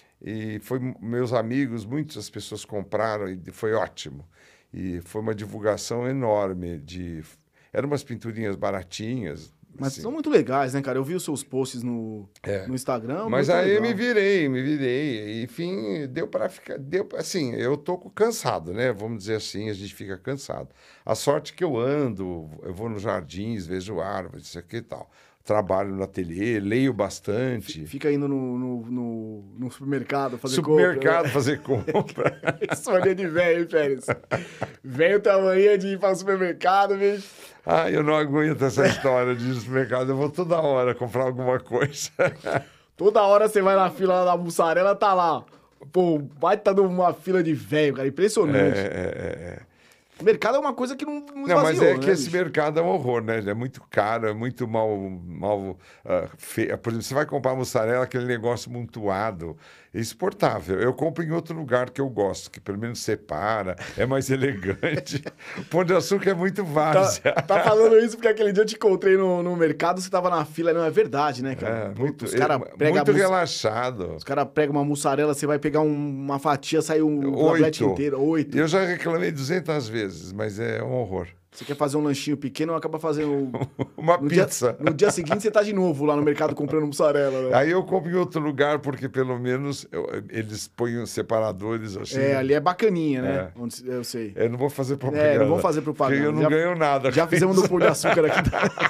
e foi meus amigos, muitas pessoas compraram, e foi ótimo. E foi uma divulgação enorme. De, eram umas pinturinhas baratinhas. Mas assim. São muito legais, né, cara? Eu vi os seus posts no, é. no Instagram. Mas aí legal. me virei, me virei. Enfim, deu para ficar. Deu, assim, eu tô cansado, né? Vamos dizer assim, a gente fica cansado. A sorte que eu ando, eu vou nos jardins, vejo árvores, isso aqui e tal. Trabalho no ateliê, leio bastante. Fica indo no, no, no, no supermercado fazer supermercado, compra. Supermercado, fazer compra. Isso mania de velho, hein, Pérez? Velho tamanho de ir para o supermercado, bicho. Ah, eu não aguento essa história de ir no supermercado. Eu vou toda hora comprar alguma coisa. Toda hora você vai na fila da mussarela, tá lá. Pô, vai estar numa fila de velho, cara. Impressionante. É, é, é. O mercado é uma coisa que não, não Não, mas é né, que bicho? esse mercado é um horror, né? É muito caro, é muito mal... mal uh, feio. Por exemplo, você vai comprar mussarela, aquele negócio amontoado, é exportável. Eu compro em outro lugar que eu gosto, que pelo menos separa, é mais elegante. O Pão de Açúcar é muito várzea. Tá, tá falando isso porque aquele dia eu te encontrei no, no mercado, você tava na fila. Não, é verdade, né, cara? É, muito, os cara é, muito mus... relaxado. Os caras pregam uma mussarela, você vai pegar um, uma fatia, sai um tablete inteiro. Oito. Eu já reclamei duzentas vezes, mas é um horror. Você quer fazer um lanchinho pequeno, acaba fazendo... uma no pizza. Dia, no dia seguinte, você tá de novo lá no mercado comprando mussarela, né? Aí eu compro em outro lugar, porque pelo menos eu, eles põem os separadores assim. É, ali é bacaninha, né? É. Onde, eu sei. Eu não vou fazer propaganda. É, não vou fazer propaganda. Porque eu não já, ganho nada. Já fizemos do Pão de Açúcar aqui.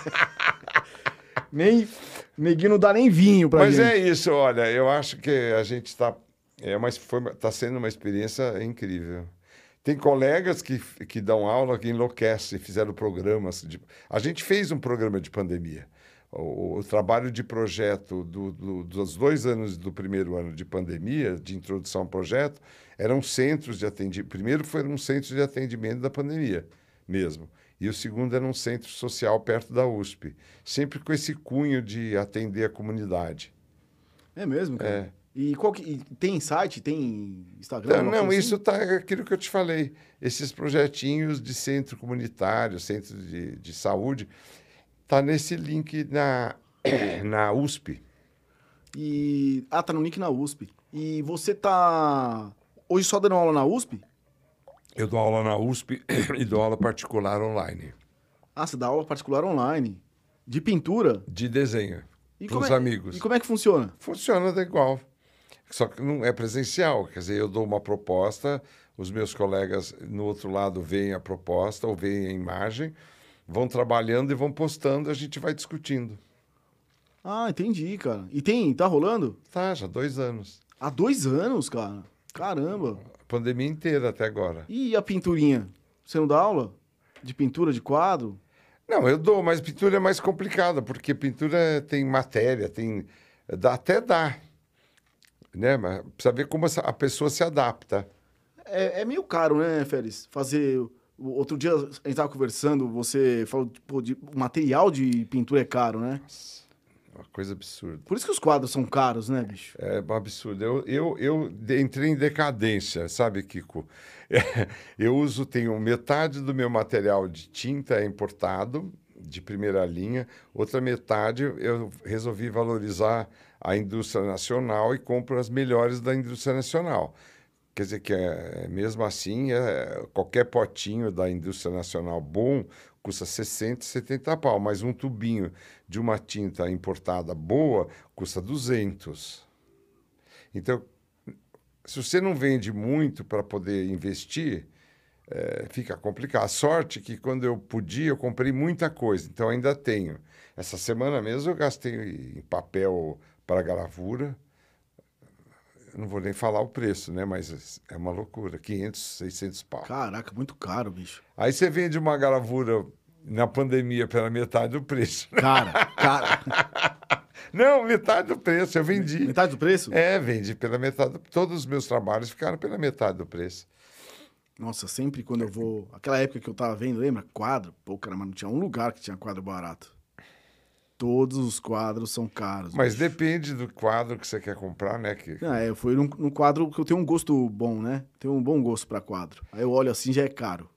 nem... Neguinho não dá nem vinho pra Mas gente. Mas é isso, olha, eu acho que a gente está... É, mas foi, tá sendo uma experiência incrível. Tem colegas que, que dão aula que enlouquecem, fizeram programas. De... A gente fez um programa de pandemia. O, o trabalho de projeto do, do, dos dois anos do primeiro ano de pandemia, de introdução ao projeto, eram centros de atendimento. Primeiro foram um centro de atendimento da pandemia mesmo. E o segundo era um centro social perto da U S P. Sempre com esse cunho de atender a comunidade. É mesmo, cara? É. E, qual que, e tem site, tem Instagram? Não, não assim? isso está aquilo que eu te falei. Esses projetinhos de centro comunitário, centro de, de saúde, está nesse link na, na U S P. E, ah, tá no link na U S P. E você tá hoje só dando aula na U S P? Eu dou aula na U S P e dou aula particular online. Ah, você dá aula particular online? De pintura? De desenho. Para os é, amigos. E como é que funciona? Funciona igual. Só que não é presencial, quer dizer, eu dou uma proposta, os meus colegas no outro lado veem a proposta ou veem a imagem, vão trabalhando e vão postando, a gente vai discutindo. Ah, entendi, cara. E tem, tá rolando? Tá, já dois anos. Há dois anos, cara? Caramba. A pandemia inteira até agora. E a pinturinha? Você não dá aula? De pintura, de quadro? Não, eu dou, mas pintura é mais complicada, porque pintura tem matéria, tem... Dá, até dá. Né? Mas precisa ver como a pessoa se adapta. É, é meio caro, né, Félix? Fazer... Outro dia a gente estava conversando, você falou pô, de material de pintura é caro, né? Nossa, uma coisa absurda. Por isso que os quadros são caros, né, bicho? É um absurdo. Eu, eu, eu entrei em decadência, sabe, Kiko? É, eu uso, tenho metade do meu material de tinta é importado, de primeira linha, outra metade eu resolvi valorizar a indústria nacional e compro as melhores da indústria nacional. Quer dizer que, é, mesmo assim, é, qualquer potinho da indústria nacional bom custa sessenta, setenta pau, mas um tubinho de uma tinta importada boa custa duzentos. Então, se você não vende muito para poder investir, é, fica complicado. A sorte é que quando eu podia, eu comprei muita coisa, então ainda tenho. Essa semana mesmo eu gastei em papel para gravura. Eu não vou nem falar o preço, né? Mas é uma loucura. quinhentos, seiscentos pau. Caraca, muito caro, bicho. Aí você vende uma gravura na pandemia pela metade do preço. Cara, cara. Não, metade do preço. Eu vendi. Metade do preço? É, vendi pela metade. do- Todos os meus trabalhos ficaram pela metade do preço. Nossa, sempre quando eu vou... Aquela época que eu tava vendo, lembra? Quadro. Pô, cara, mas não tinha um lugar que tinha quadro barato. Todos os quadros são caros. Mas depende do quadro que você quer comprar, né? Que... Ah, é, eu fui num, num quadro que eu tenho um gosto bom, né? Tenho um bom gosto pra quadro. Aí eu olho assim, já é caro.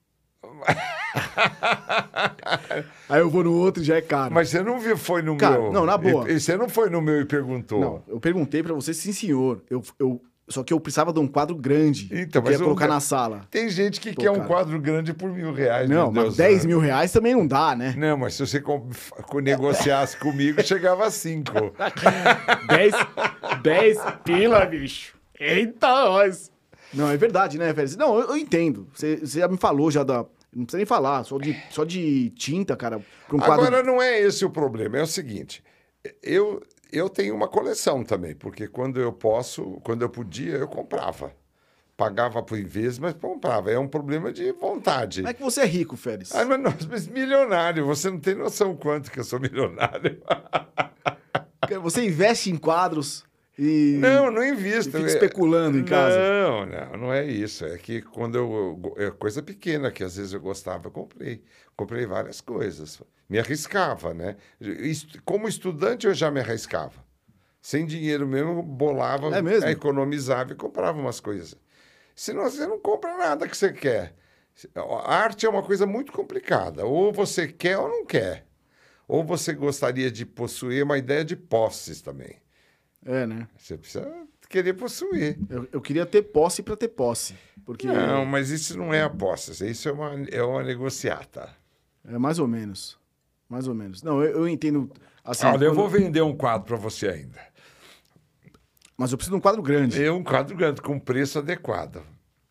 Aí eu vou no outro e já é caro. Mas você não viu, foi no Cara, meu... não, na boa. E, e você não foi no meu e perguntou. Não, eu perguntei pra você, sim, senhor. Eu, eu, só que eu precisava de um quadro grande. Então, que eu mas ia o- colocar na sala. Tem gente que Pô, quer um cara. quadro grande por mil reais. Não, meu mas Deus, dez né? mil reais também não dá, né? Não, mas se você com- co- negociasse comigo, chegava a cinco. dez, dez pila, bicho. Eita, nós. Não, é verdade, né, velho? Não, eu, eu entendo. Você, você já me falou já da... Não precisa nem falar. Só de, só de tinta, cara, pra um quadro... Agora, não é esse o problema. É o seguinte, eu, eu tenho uma coleção também, porque quando eu posso, quando eu podia, eu comprava. Pagava por vez, mas comprava. É um problema de vontade. Como é que você é rico, Félix? Ah, mas, não, mas milionário, você não tem noção quanto que eu sou milionário. Você investe em quadros e... Não, não e invisto. fica É- especulando em casa. Não, não, não é isso. É que quando eu. É coisa pequena que às vezes eu gostava, eu comprei. Comprei várias coisas. Me arriscava, né? Est- Como estudante, eu já me arriscava. Sem dinheiro mesmo, eu bolava, É mesmo? economizava e comprava umas coisas. Senão você não compra nada que você quer. A arte é uma coisa muito complicada. Ou você quer ou não quer. Ou você gostaria de possuir uma ideia de posses também. É, né? Você precisa querer possuir. Eu, eu queria ter posse pra ter posse. Porque Não, mas isso não é a posse. Isso é uma, é uma negociata. é mais ou menos. Mais ou menos. Não, eu, eu entendo... Assim, Olha, eu quando- vou vender um quadro para você ainda. Mas eu preciso de um quadro grande. É um quadro grande, com preço adequado.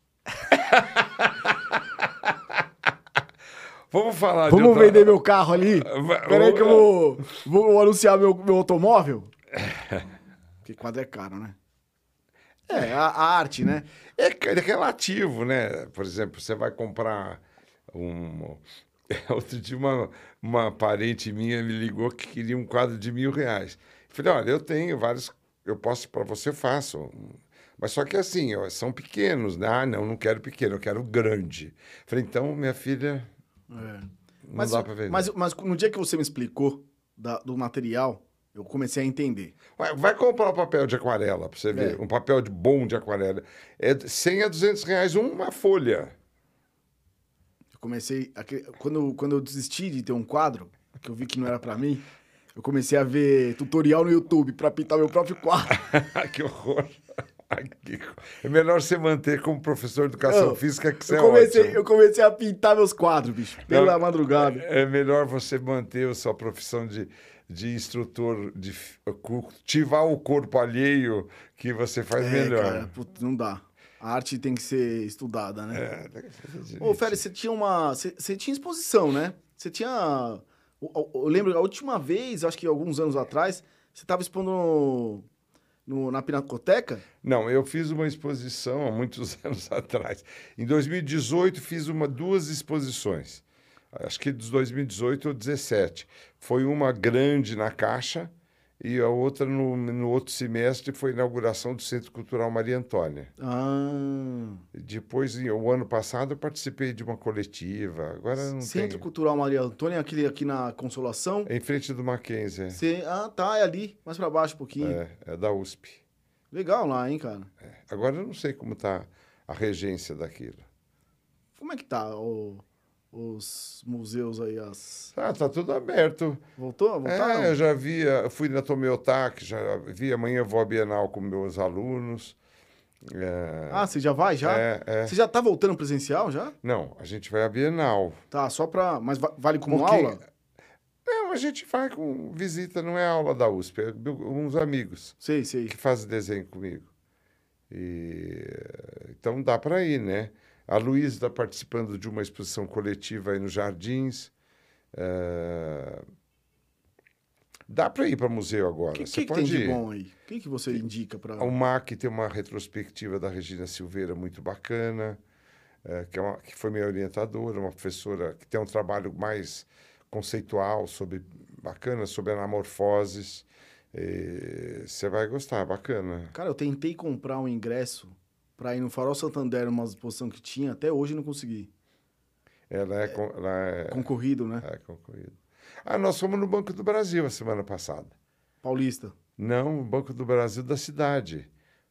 Vamos falar de Vamos outra- vender meu carro ali? Va- Peraí que eu vou, vou anunciar meu, meu automóvel. Porque quadro é caro, né? É, a, a arte, né? É ca- é relativo, né? Por exemplo, você vai comprar um... Outro dia uma, uma parente minha me ligou que queria um quadro de mil reais. Falei, olha, eu tenho vários... Eu posso, para você, faço. Mas só que assim, ó, são pequenos, né? Ah, não, não quero pequeno, eu quero grande. Falei, então, minha filha, É. não Mas, dá para vender. mas, mas no dia que você me explicou da- do material, eu comecei a entender. Vai, vai comprar papel de aquarela para você ver. É. Um papel de bom de aquarela. É de cem a duzentos reais uma folha. Eu comecei... A, cre- quando, quando eu desisti de ter um quadro, que eu vi que não era pra mim, eu comecei a ver tutorial no YouTube pra pintar meu próprio quadro. Que horror. Ai, que co- É melhor você manter como professor de educação Eu- física, que você eu, é comecei, ótimo. eu comecei a pintar meus quadros, bicho. Pela Não, madrugada. É melhor você manter a sua profissão de, de instrutor, de f- cultivar o corpo alheio, que você faz É, melhor. cara, putz, não dá. A arte tem que ser estudada, né? É, tem que fazer direito. Ô, Félix, você tinha uma... Você, você tinha exposição, né? Você tinha... Eu, eu- eu lembro, a última vez, acho que alguns anos atrás, você estava expondo no, no- na Pinacoteca? Não, eu fiz uma exposição há muitos anos atrás. Em dois mil e dezoito, fiz uma, duas exposições. Acho que de dois mil e dezoito ou dezessete. Foi uma grande na Caixa e a outra no, no outro semestre foi a inauguração do Centro Cultural Maria Antônia. Ah... Depois, em- o ano passado, eu participei de uma coletiva. Agora não Centro tem... Cultural Maria Antônia, aquele aqui na Consolação. É em frente do Mackenzie. Você, ah, tá, é ali, mais pra baixo um pouquinho. É, é da U S P. Legal lá, hein, cara? É. Agora eu não sei como está a regência daquilo. Como é que tá o- os museus aí? As... Ah, tá tudo aberto. Voltou? Voltaram? É, eu já vi, eu fui na Tomeotac, já vi, amanhã eu vou à Bienal com meus alunos. É, Ah, você já vai, já? é, é. Você já tá voltando presencial, já? Não, a gente vai à Bienal. Tá, só pra... Mas va- vale como Porque- aula? Não, a gente vai com visita, não é aula da U S P, é do- uns amigos Sei, sei. que fazem desenho comigo. E, então dá para ir, né? A Luísa está participando de uma exposição coletiva aí nos Jardins. É, Dá para ir para museu agora. O que, Você que, que tem pode de ir. bom aí? O que, que você indica pra... O M A C tem uma retrospectiva da Regina Silveira muito bacana, é, que, é uma, que foi minha orientadora, uma professora que tem um trabalho mais conceitual, sobre, bacana, sobre anamorfoses. E você vai gostar, bacana. Cara, eu tentei comprar um ingresso pra ir no Farol Santander, numa exposição que tinha, até hoje não consegui. Ela é, con- ela é, Concorrido, né? é concorrida. Ah, nós fomos no Banco do Brasil a semana passada. Paulista. Não, o Banco do Brasil da cidade.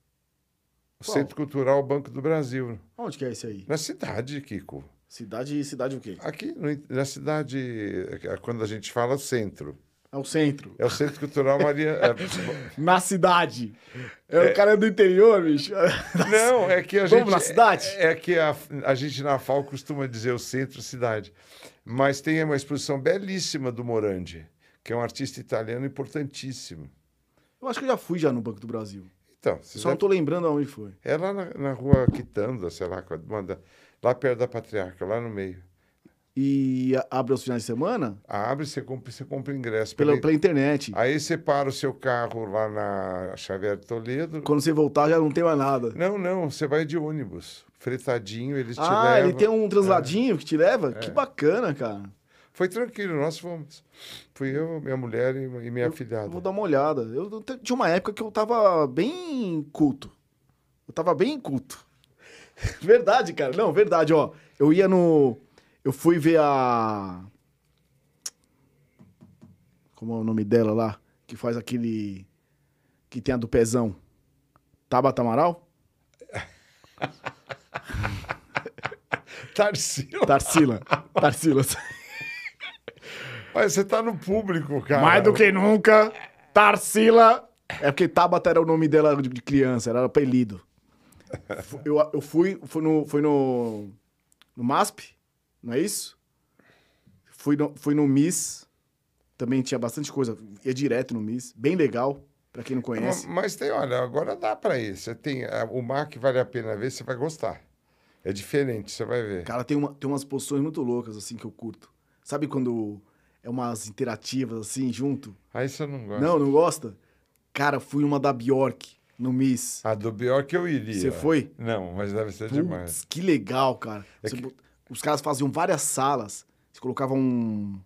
O Qual? Centro Cultural Banco do Brasil. Onde que é esse aí? Na cidade, Kiko. Cidade, cidade o quê? Aqui no in- na cidade, é quando a gente fala centro, É o centro. é o Centro Cultural Maria. é, Na cidade. É, o cara é do interior, bicho. não, é que a gente. Vamos na cidade? É, é que a, a gente na FAO costuma dizer o centro-cidade. Mas tem uma exposição belíssima do Morandi, que é um artista italiano importantíssimo. Eu acho que eu já fui já no Banco do Brasil. Então, você Só não deve- tô lembrando aonde foi. é lá na, na rua Quitanda, sei lá, qual- manda- lá perto da Patriarca, lá no meio. E a- abre aos finais de semana? Abre, você compra, você compra ingresso. Pela, pela- pela internet. Aí você para o seu carro lá na Xavier de Toledo. Quando você voltar já não tem mais nada. Não, não, você vai de ônibus. Fretadinho, eles te Ah, levam. ele tem um transladinho que te leva? Que bacana, cara. Foi tranquilo, nós fomos. Fui eu, minha mulher e, e minha afilhada. Vou dar uma olhada. Eu, eu te- tinha uma época que eu tava bem culto. Eu tava bem culto. Verdade, cara. Não, verdade, ó. Eu ia no... Eu fui ver a... Como é o nome dela lá? Que faz aquele... Que tem a do pezão. Tabata Amaral? Tarsila. Tarsila. Tarsila. Mas você tá no público, cara. Mais do que nunca, Tarsila. É porque Tabata era o nome dela de de criança, era apelido. Fu- Eu, eu fui, fui no, fui no, no MASP, não é isso? Fui no, fui no Miss, também tinha bastante coisa, ia direto no Miss, bem legal, pra quem não conhece. Mas tem, olha, agora dá pra ir. Você tem, a- o mar que vale a pena ver, você vai gostar. É diferente, você vai ver. Cara, tem, uma, tem umas posições muito loucas, assim, que eu curto. Sabe quando é umas interativas, assim, junto? Aí você não gosta. Não, não gosta? Cara, fui numa da Bjork, no Miss. A do Bjork eu iria. Você foi? Não, mas deve ser demais. Putz, que legal, cara. É Você que- bot- Os caras faziam várias salas. Você colocava um.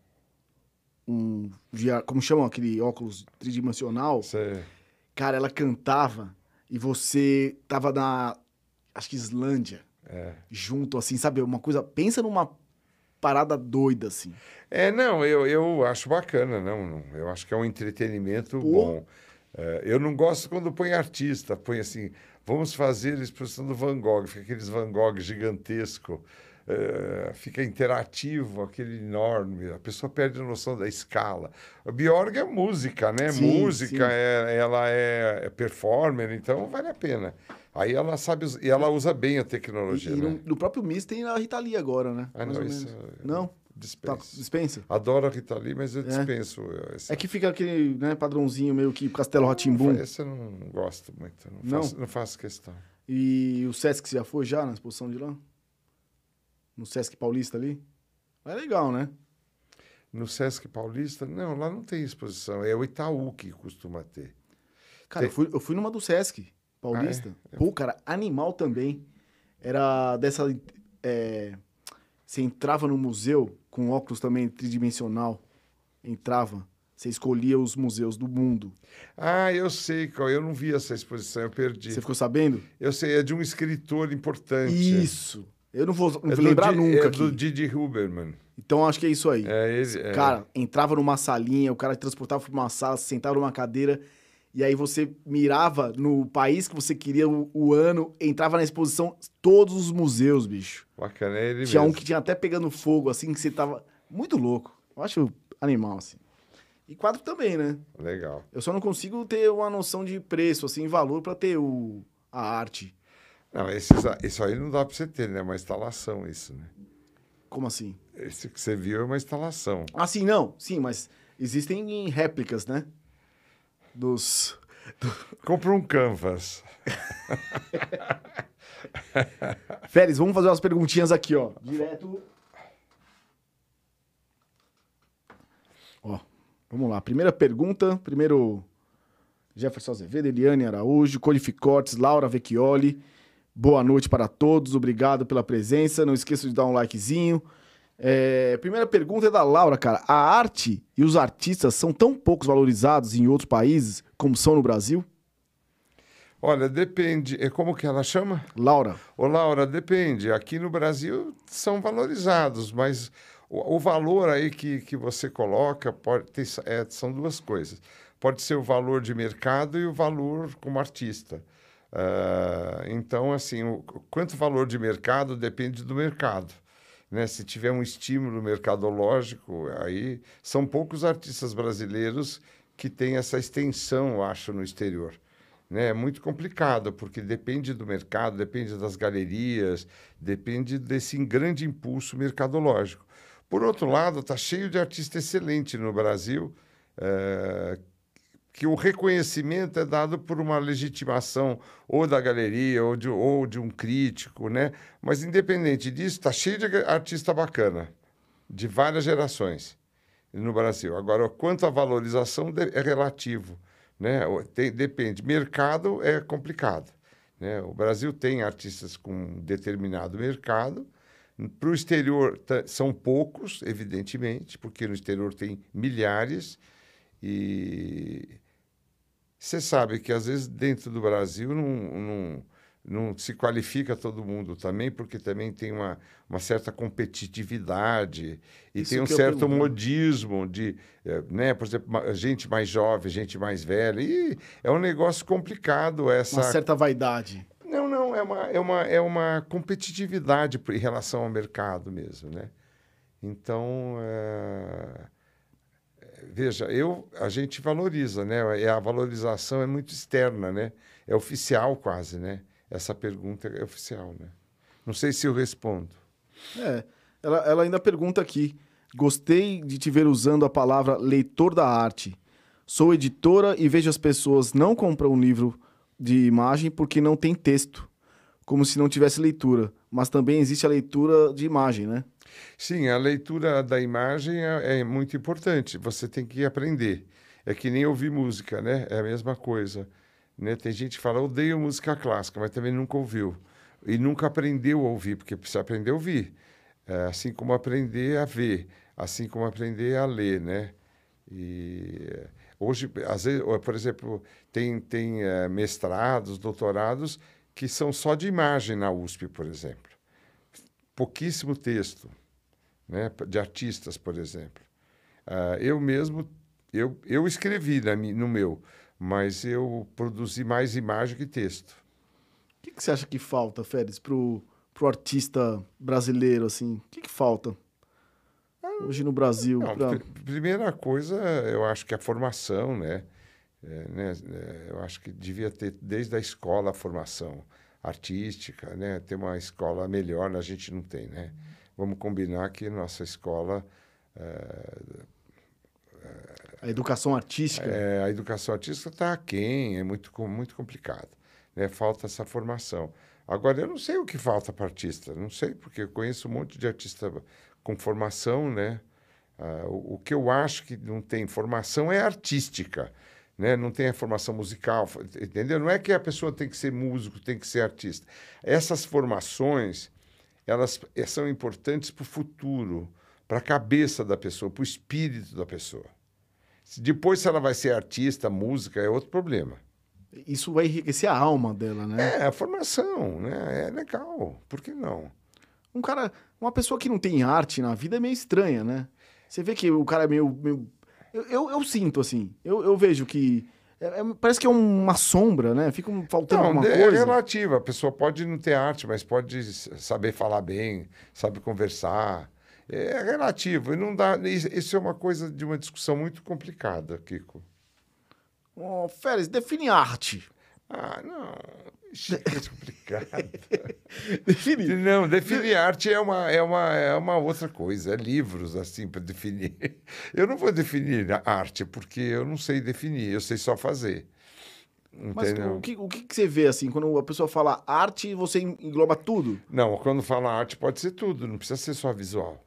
Um. via- Como chamam aquele óculos tridimensional? Você... Cara, ela cantava e você tava na. Acho que Islândia. É. Junto, assim, sabe? Uma coisa. Pensa numa parada doida, assim. É, não, eu, eu acho bacana, não, não. Eu acho que é um entretenimento Pô. bom. É, eu não gosto quando põe artista, põe assim, vamos fazer a exposição do Van Gogh, fica aqueles Van Gogh gigantesco, é, fica interativo, aquele enorme, a pessoa perde a noção da escala. A Bjork é música, né? Sim, música, sim. é, ela é, é performer, então vale a pena. Aí ela sabe, us- e ela usa bem a E, tecnologia, e né? no, no próprio Miss tem a Rita Lee agora, né? Ah, Mais não, ou isso menos. eu Não? Tá, dispenso. dispensa? Adoro a Rita Lee, mas eu dispenso. essa. É que fica aquele né, padrãozinho meio que Castelo Rá-Tim-Bum. Esse eu não gosto muito, não, Não? Faço, não faço questão. E o Sesc você já foi já na exposição de lá? No Sesc Paulista ali? É legal, né? No Sesc Paulista, não, lá não tem exposição, é o Itaú que costuma ter. Cara, Tem- eu fui, eu fui numa do Sesc Paulista. Ah, Pô, cara, animal também. Era dessa... é, você entrava no museu com óculos também tridimensional. Entrava. Você escolhia os museus do mundo. Ah, eu sei qual, eu não vi essa exposição, eu perdi. Você ficou sabendo? Eu sei, é de um escritor importante. Isso. Eu não vou, não É vou do lembrar Di- nunca É aqui. do Didi Huberman. Então acho que é isso aí. É ele. é. Cara, entrava numa salinha, o cara te transportava pra uma sala, se sentava numa cadeira, e aí você mirava no país que você queria, o, o ano, entrava na exposição, todos os museus, bicho. Bacana, é ele Tinha um mesmo. que tinha até pegando fogo, assim, que você tava muito louco. Eu acho animal, assim. E quadro também, né? Legal. Eu só não consigo ter uma noção de preço, assim, valor pra ter o, a arte. Não, esses, isso aí não dá para você ter, né? É uma instalação isso, né? Como assim? Esse que você viu é uma instalação. Ah, sim, não. Sim, mas existem réplicas, né? Dos... Compra um canvas. Félix, vamos fazer umas perguntinhas aqui, ó. Direto. Ó, vamos lá. Primeira pergunta. Primeiro, Jefferson Azevedo, Eliane Araújo, Codificortes, Laura Vecchioli. Boa noite para todos. Obrigado pela presença. Não esqueça de dar um likezinho. É, primeira pergunta é da Laura, cara. A arte e os artistas são tão poucos valorizados em outros países como são no Brasil? Olha, depende. É como que ela chama? Laura. Ô, Laura, depende. Aqui no Brasil são valorizados, mas o, o valor aí que, que você coloca pode ter, é, são duas coisas. Pode ser o valor de mercado e o valor como artista. Uh, então, assim, o, quanto valor de mercado depende do mercado. Né? Se tiver um estímulo mercadológico, aí são poucos artistas brasileiros que têm essa extensão, eu acho, no exterior. Né? É muito complicado, porque depende do mercado, depende das galerias, depende desse grande impulso mercadológico. Por outro lado, está cheio de artista excelente no Brasil, é, que o reconhecimento é dado por uma legitimação ou da galeria ou de, ou de um crítico, né? Mas, independente disso, está cheio de artista bacana, de várias gerações no Brasil. Agora, quanto à valorização, é relativo. Né? Tem, depende. Mercado é complicado. Né? O Brasil tem artistas com um determinado mercado. Para o exterior são poucos, evidentemente, porque no exterior tem milhares. E você sabe que, às vezes, dentro do Brasil não, não, não se qualifica todo mundo também, porque também tem uma, uma certa competitividade e Isso tem um que eu certo pergunto. modismo de, né, por exemplo, gente mais jovem, gente mais velha. E é um negócio complicado essa... Uma certa vaidade. Não, não, é uma, é uma, é uma competitividade em relação ao mercado mesmo, né? Então, é... veja, eu, a gente valoriza, né? A valorização é muito externa, né? É oficial quase, né? Essa pergunta é oficial, né? Não sei se eu respondo. É, ela, ela ainda pergunta aqui. Gostei de te ver usando a palavra leitor da arte. Sou editora e vejo as pessoas não compram um livro de imagem porque não tem texto, como se não tivesse leitura. Mas também existe a leitura de imagem, né? Sim, a leitura da imagem é, é muito importante. Você tem que aprender. É que nem ouvir música, né? É a mesma coisa. Né? Tem gente que fala, odeio música clássica, mas também nunca ouviu. E nunca aprendeu a ouvir, porque precisa aprender a ouvir. É, assim como aprender a ver, assim como aprender a ler, né? E hoje, às vezes, por exemplo, tem, tem é, mestrados, doutorados que são só de imagem na U S P, por exemplo. Pouquíssimo texto, né? De artistas, por exemplo. Uh, eu mesmo, eu, eu escrevi na, no meu, mas eu produzi mais imagem que texto. O que, que você acha que falta, Félix, pro, pro artista brasileiro, assim? O que, que falta hoje no Brasil? Não, pra... pr primeira coisa, eu acho que a formação, né? É, né? Eu acho que devia ter, desde a escola, a formação artística, né? Ter uma escola melhor, a gente não tem, né? Vamos combinar que nossa escola... É, a educação artística? É, a educação artística está aquém, é muito, muito complicado. Né? Falta essa formação. Agora, eu não sei o que falta para artista, não sei, porque eu conheço um monte de artista com formação, né? Ah, o, o que eu acho que não tem formação é artística, né? Não tem a formação musical, entendeu? Não é que a pessoa tem que ser músico, tem que ser artista. Essas formações, elas são importantes para o futuro, para a cabeça da pessoa, para o espírito da pessoa. Depois, se ela vai ser artista, música, é outro problema. Isso vai enriquecer a alma dela, né? É, a formação, né? É legal. Por que não? Um cara, uma pessoa que não tem arte na vida é meio estranha, né? Você vê que o cara é meio... meio... Eu, eu, eu sinto, assim. Eu, eu vejo que... É, é, parece que é uma sombra, né? Fica faltando não, alguma é coisa. É relativa. A pessoa pode não ter arte, mas pode saber falar bem, sabe conversar. É relativo. E não dá, isso é uma coisa de uma discussão muito complicada, Kiko. Oh, Félix, define arte. Ah, não. Ixi, que coisa complicada. Definir. Não, definir arte é uma, é, uma, é uma outra coisa. É livros, assim, para definir. Eu não vou definir a arte, porque eu não sei definir. Eu sei só fazer. Mas Entendeu? o que, o que que você vê, assim, quando a pessoa fala arte, você engloba tudo? Não, quando fala arte pode ser tudo. Não precisa ser só visual.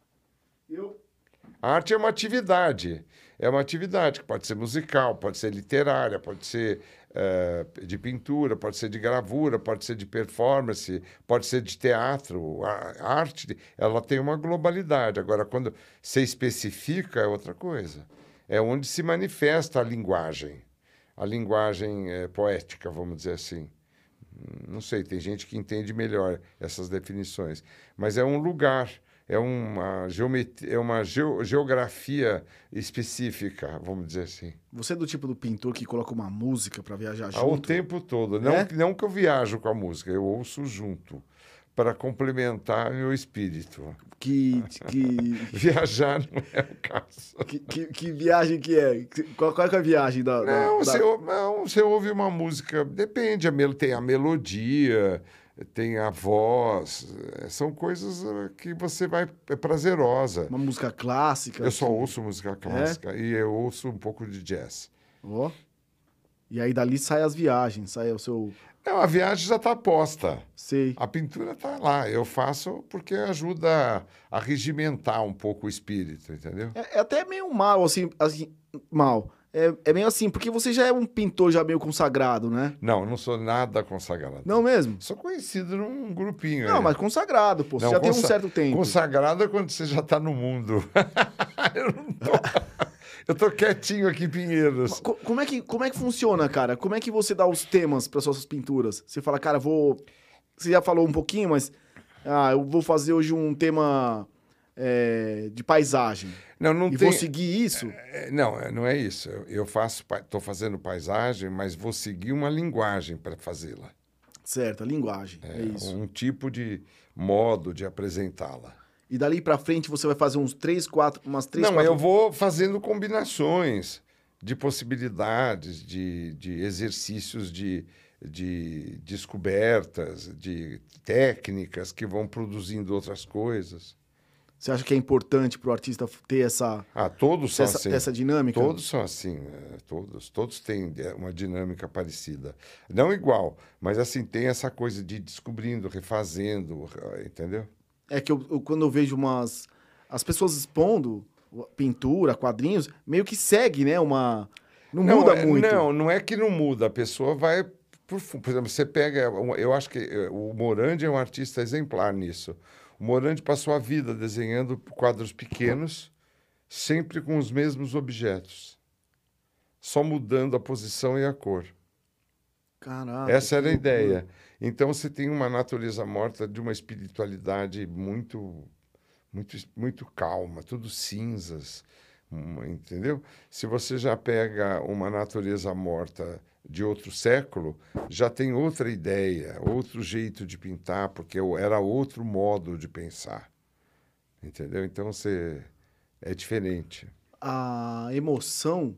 Eu... A arte é uma atividade. É uma atividade que pode ser musical, pode ser literária, pode ser eh, de pintura, pode ser de gravura, pode ser de performance, pode ser de teatro. A a arte, ela tem uma globalidade. Agora, quando se especifica, é outra coisa. É onde se manifesta a linguagem. A linguagem eh, poética, vamos dizer assim. Não sei, tem gente que entende melhor essas definições. Mas é um lugar. É uma, geomet... é uma geo... geografia específica, vamos dizer assim. Você é do tipo do pintor que coloca uma música pra viajar junto? Ao tempo todo. Não, É? não que eu viajo com a música, eu ouço junto, para complementar meu espírito. Que, que, Viajar não é o caso. que, que, que viagem que é? Qual, qual é, que é a viagem da... da- Não, da- você, ou- não, você ouve uma música, depende, a mel... tem a melodia, tem a voz, eh, são coisas eh, que você vai, é prazerosa. Uma música clássica? Eu só que- ouço música clássica e eu ouço um pouco de jazz. Ó. E aí dali sai as viagens, sai o seu... Não, a viagem já está posta. Sei. A pintura está lá. Eu faço porque ajuda a regimentar um pouco o espírito, entendeu? É, é até meio mal, assim, assim mal. É, é meio assim, porque você já é um pintor já meio consagrado, né? Não, eu não sou nada consagrado. Não mesmo? Sou conhecido num grupinho. Não, aí. mas consagrado, pô. Você Não, já tem um consa- certo tempo. Consagrado é quando você já está no mundo. eu não tô. Eu tô quietinho aqui em Pinheiros. Co- Como é, que, como é que funciona, cara? Como é que você dá os temas para suas pinturas? Você fala, cara, vou... Você já falou um pouquinho, mas... Ah, eu vou fazer hoje um tema é, de paisagem. Não, não e tem... vou seguir isso? É, Não, é- não é isso. Eu- Eu faço, estou fazendo paisagem, mas vou seguir uma linguagem para fazê-la. Certo, a linguagem. É, É isso. um tipo de modo de apresentá-la. E dali pra frente você vai fazer uns três, quatro... Umas três, Não, quatro... eu vou fazendo combinações de possibilidades, de, de exercícios de, de descobertas, de técnicas que vão produzindo outras coisas. Você acha que é importante pro artista ter essa, Ah, todos são essa, assim. essa dinâmica? Todos são assim, né? todos, todos têm é, uma dinâmica parecida. Não igual, mas assim, tem essa coisa de ir descobrindo, refazendo, entendeu? É que eu, eu- quando eu vejo umas... As pessoas expondo pintura, quadrinhos, meio que segue, né? Uma... Não, muda é- muito. Não, não é que não muda, a pessoa vai por fundo. Por exemplo, você pega, um- eu acho que eh, o Morandi é um artista exemplar nisso. O Morandi passou a vida desenhando quadros pequenos, sempre com os mesmos objetos, só mudando a posição e a cor. Caraca. Essa que era a loucura. ideia. Então você tem uma natureza morta de uma espiritualidade muito, muito, muito calma, tudo cinzas, hum, entendeu? Se você já pega uma natureza morta de outro século, já tem outra ideia, outro jeito de pintar, porque era outro modo de pensar, entendeu? Então você é diferente. A emoção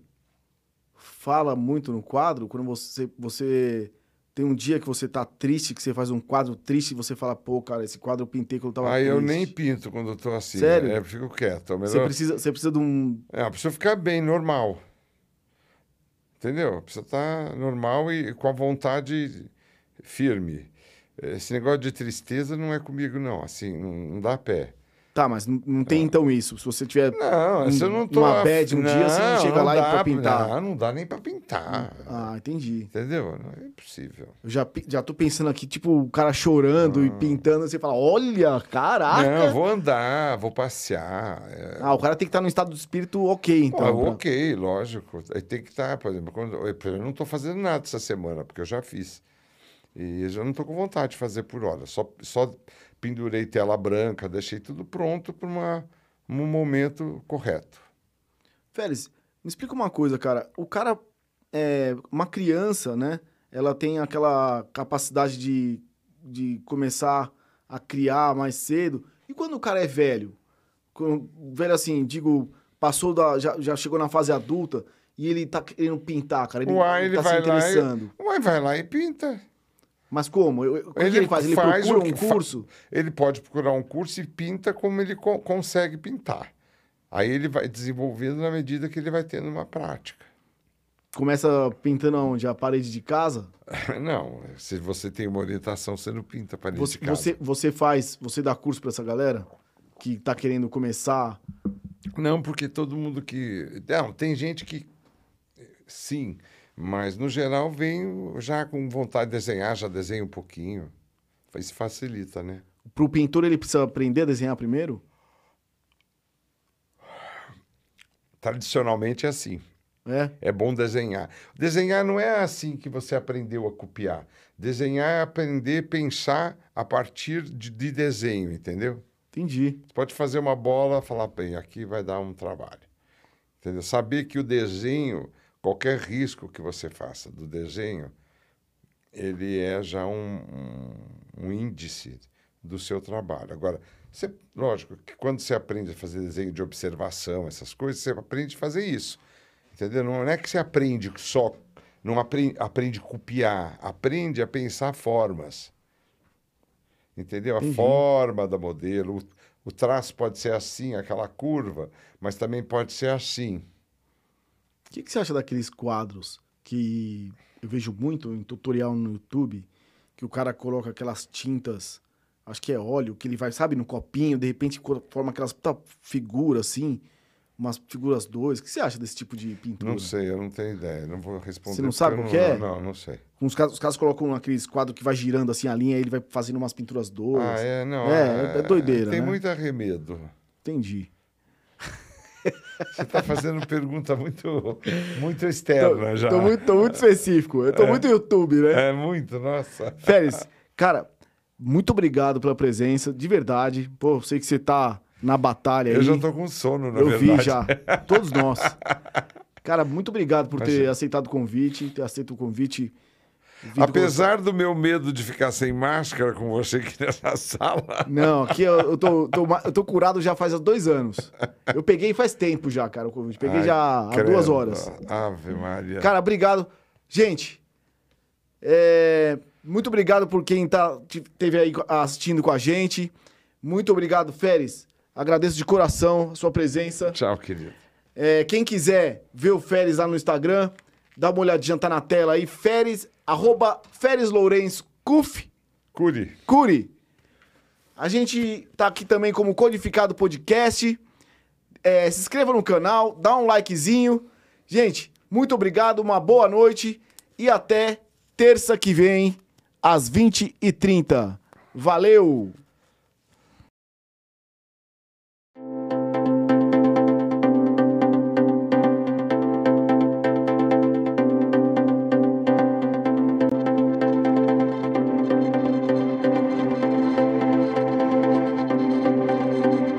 fala muito no quadro. Quando você, você tem um dia que você tá triste, que você faz um quadro triste e você fala, pô, cara, esse quadro eu pintei quando eu tava Aí triste. eu nem pinto quando eu tô assim, Sério? né? Eu fico quieto. É Você melhor... precisa, você precisa de um... É, precisa ficar bem, normal. Entendeu? Precisa estar normal e com a vontade firme. Esse negócio de tristeza não é comigo, não. Assim, não, não dá pé. Tá, mas não, não tem então isso. Se você tiver Não, um- se eu não tô... uma af- bad um dia, você não chega lá e dá pra pintar. Não, não dá nem pra pintar. Ah, entendi. Entendeu? Não é impossível. Eu já, pi- já tô pensando aqui, tipo, o cara chorando e pintando, você fala, olha, caraca! Não, eu vou andar, vou passear. é. Ah, o cara tem que estar no estado de espírito ok, Pô, então. pra- ok, lógico. Aí tem que estar, por exemplo, quando, eu eu não estou fazendo nada essa semana, porque eu já fiz. E eu já não estou com vontade de fazer por hora. Só, só pendurei tela branca, deixei tudo pronto para uma, um momento correto. Félix, me explica uma coisa, cara. O cara, é, uma criança, né? Ela tem aquela capacidade de, de começar a criar mais cedo. E quando o cara é velho? Quando- velho assim, digo, passou da, já, já chegou na fase adulta e ele tá querendo pintar, cara. Ele, Uai, ele ele tá se vai lá interessando. e, uai, vai lá e pinta. Mas como? Eu- eu- O que Ele que ele faz? Ele faz procura o um que fa- curso? Ele pode procurar um curso e pinta como ele co- consegue pintar. Aí ele vai desenvolvendo na medida que ele vai tendo uma prática. Começa pintando onde? A parede de casa? Não, se você tem uma orientação, você não pinta a parede Você, de casa. você, você faz, você dá curso pra essa galera que tá querendo começar? Não, porque todo mundo que... Não, tem gente que... Sim, mas no geral vem já com vontade de desenhar, já desenha um pouquinho. Isso facilita, né? Pro pintor ele precisa aprender a desenhar primeiro? Tradicionalmente é assim. É? É bom desenhar. Desenhar não é assim que você aprendeu a copiar. Desenhar é aprender a pensar a partir de, de desenho, entendeu? Entendi. Você pode fazer uma bola e falar, bem, aqui vai dar um trabalho. Entendeu? Saber que o desenho, qualquer risco que você faça do desenho, ele é já um, um, um índice do seu trabalho. Agora, você, lógico que quando você aprende a fazer desenho de observação, essas coisas, você aprende a fazer isso. Entendeu? Não é que você aprende só, não aprende, aprende a copiar, aprende a pensar formas. Entendeu? A Entendi. forma da modelo, o, o traço pode ser assim, aquela curva, mas também pode ser assim. O que, que você acha daqueles quadros que eu vejo muito em tutorial no YouTube, que o cara coloca aquelas tintas, acho que é óleo, que ele vai, sabe, no copinho, de repente co- forma aquelas puta figuras assim, umas figuras dois. O que você acha desse tipo de pintura? Não sei, eu não tenho ideia, não vou responder. Você não porque sabe eu qual que é? Não, não sei. Os caras, os caras colocam aqueles quadros que vai girando assim a linha, aí ele vai fazendo umas pinturas dois. Ah, é? Não. É, é doideira, Tem né? muito arremedo. Entendi. Você está fazendo pergunta muito, muito externa Tô, já. tô muito, tô muito específico. Eu tô muito YouTube, né? É muito, nossa. Félix, cara, muito obrigado pela presença, de verdade. Pô, sei que você tá na batalha aí. Eu já tô com sono, na Eu verdade. vi já. Todos nós. Cara, muito obrigado por ter Imagina. aceitado o convite, ter aceito o convite. vindo Apesar do meu medo de ficar sem máscara com você aqui nessa sala. conversar. Não, aqui eu, eu, tô, tô ma- eu tô curado já faz dois anos. Eu peguei faz tempo já, cara, o convite. Peguei Ai, já há credo. duas horas. Ave Maria. Cara, obrigado. Gente, é, muito obrigado por quem tá, te- teve aí assistindo com a gente. Muito obrigado, Félix. Agradeço de coração a sua presença. Tchau, querido. É, quem quiser ver o Félix lá no Instagram, dá uma olhadinha, tá na tela aí. Félix, arroba Félix Lourenço Cuf, Curi. Curi. A gente tá aqui também como Codificado Podcast. É, se inscreva no canal, dá um likezinho. Gente, muito obrigado, uma boa noite e até terça que vem, às vinte e trinta. Valeu!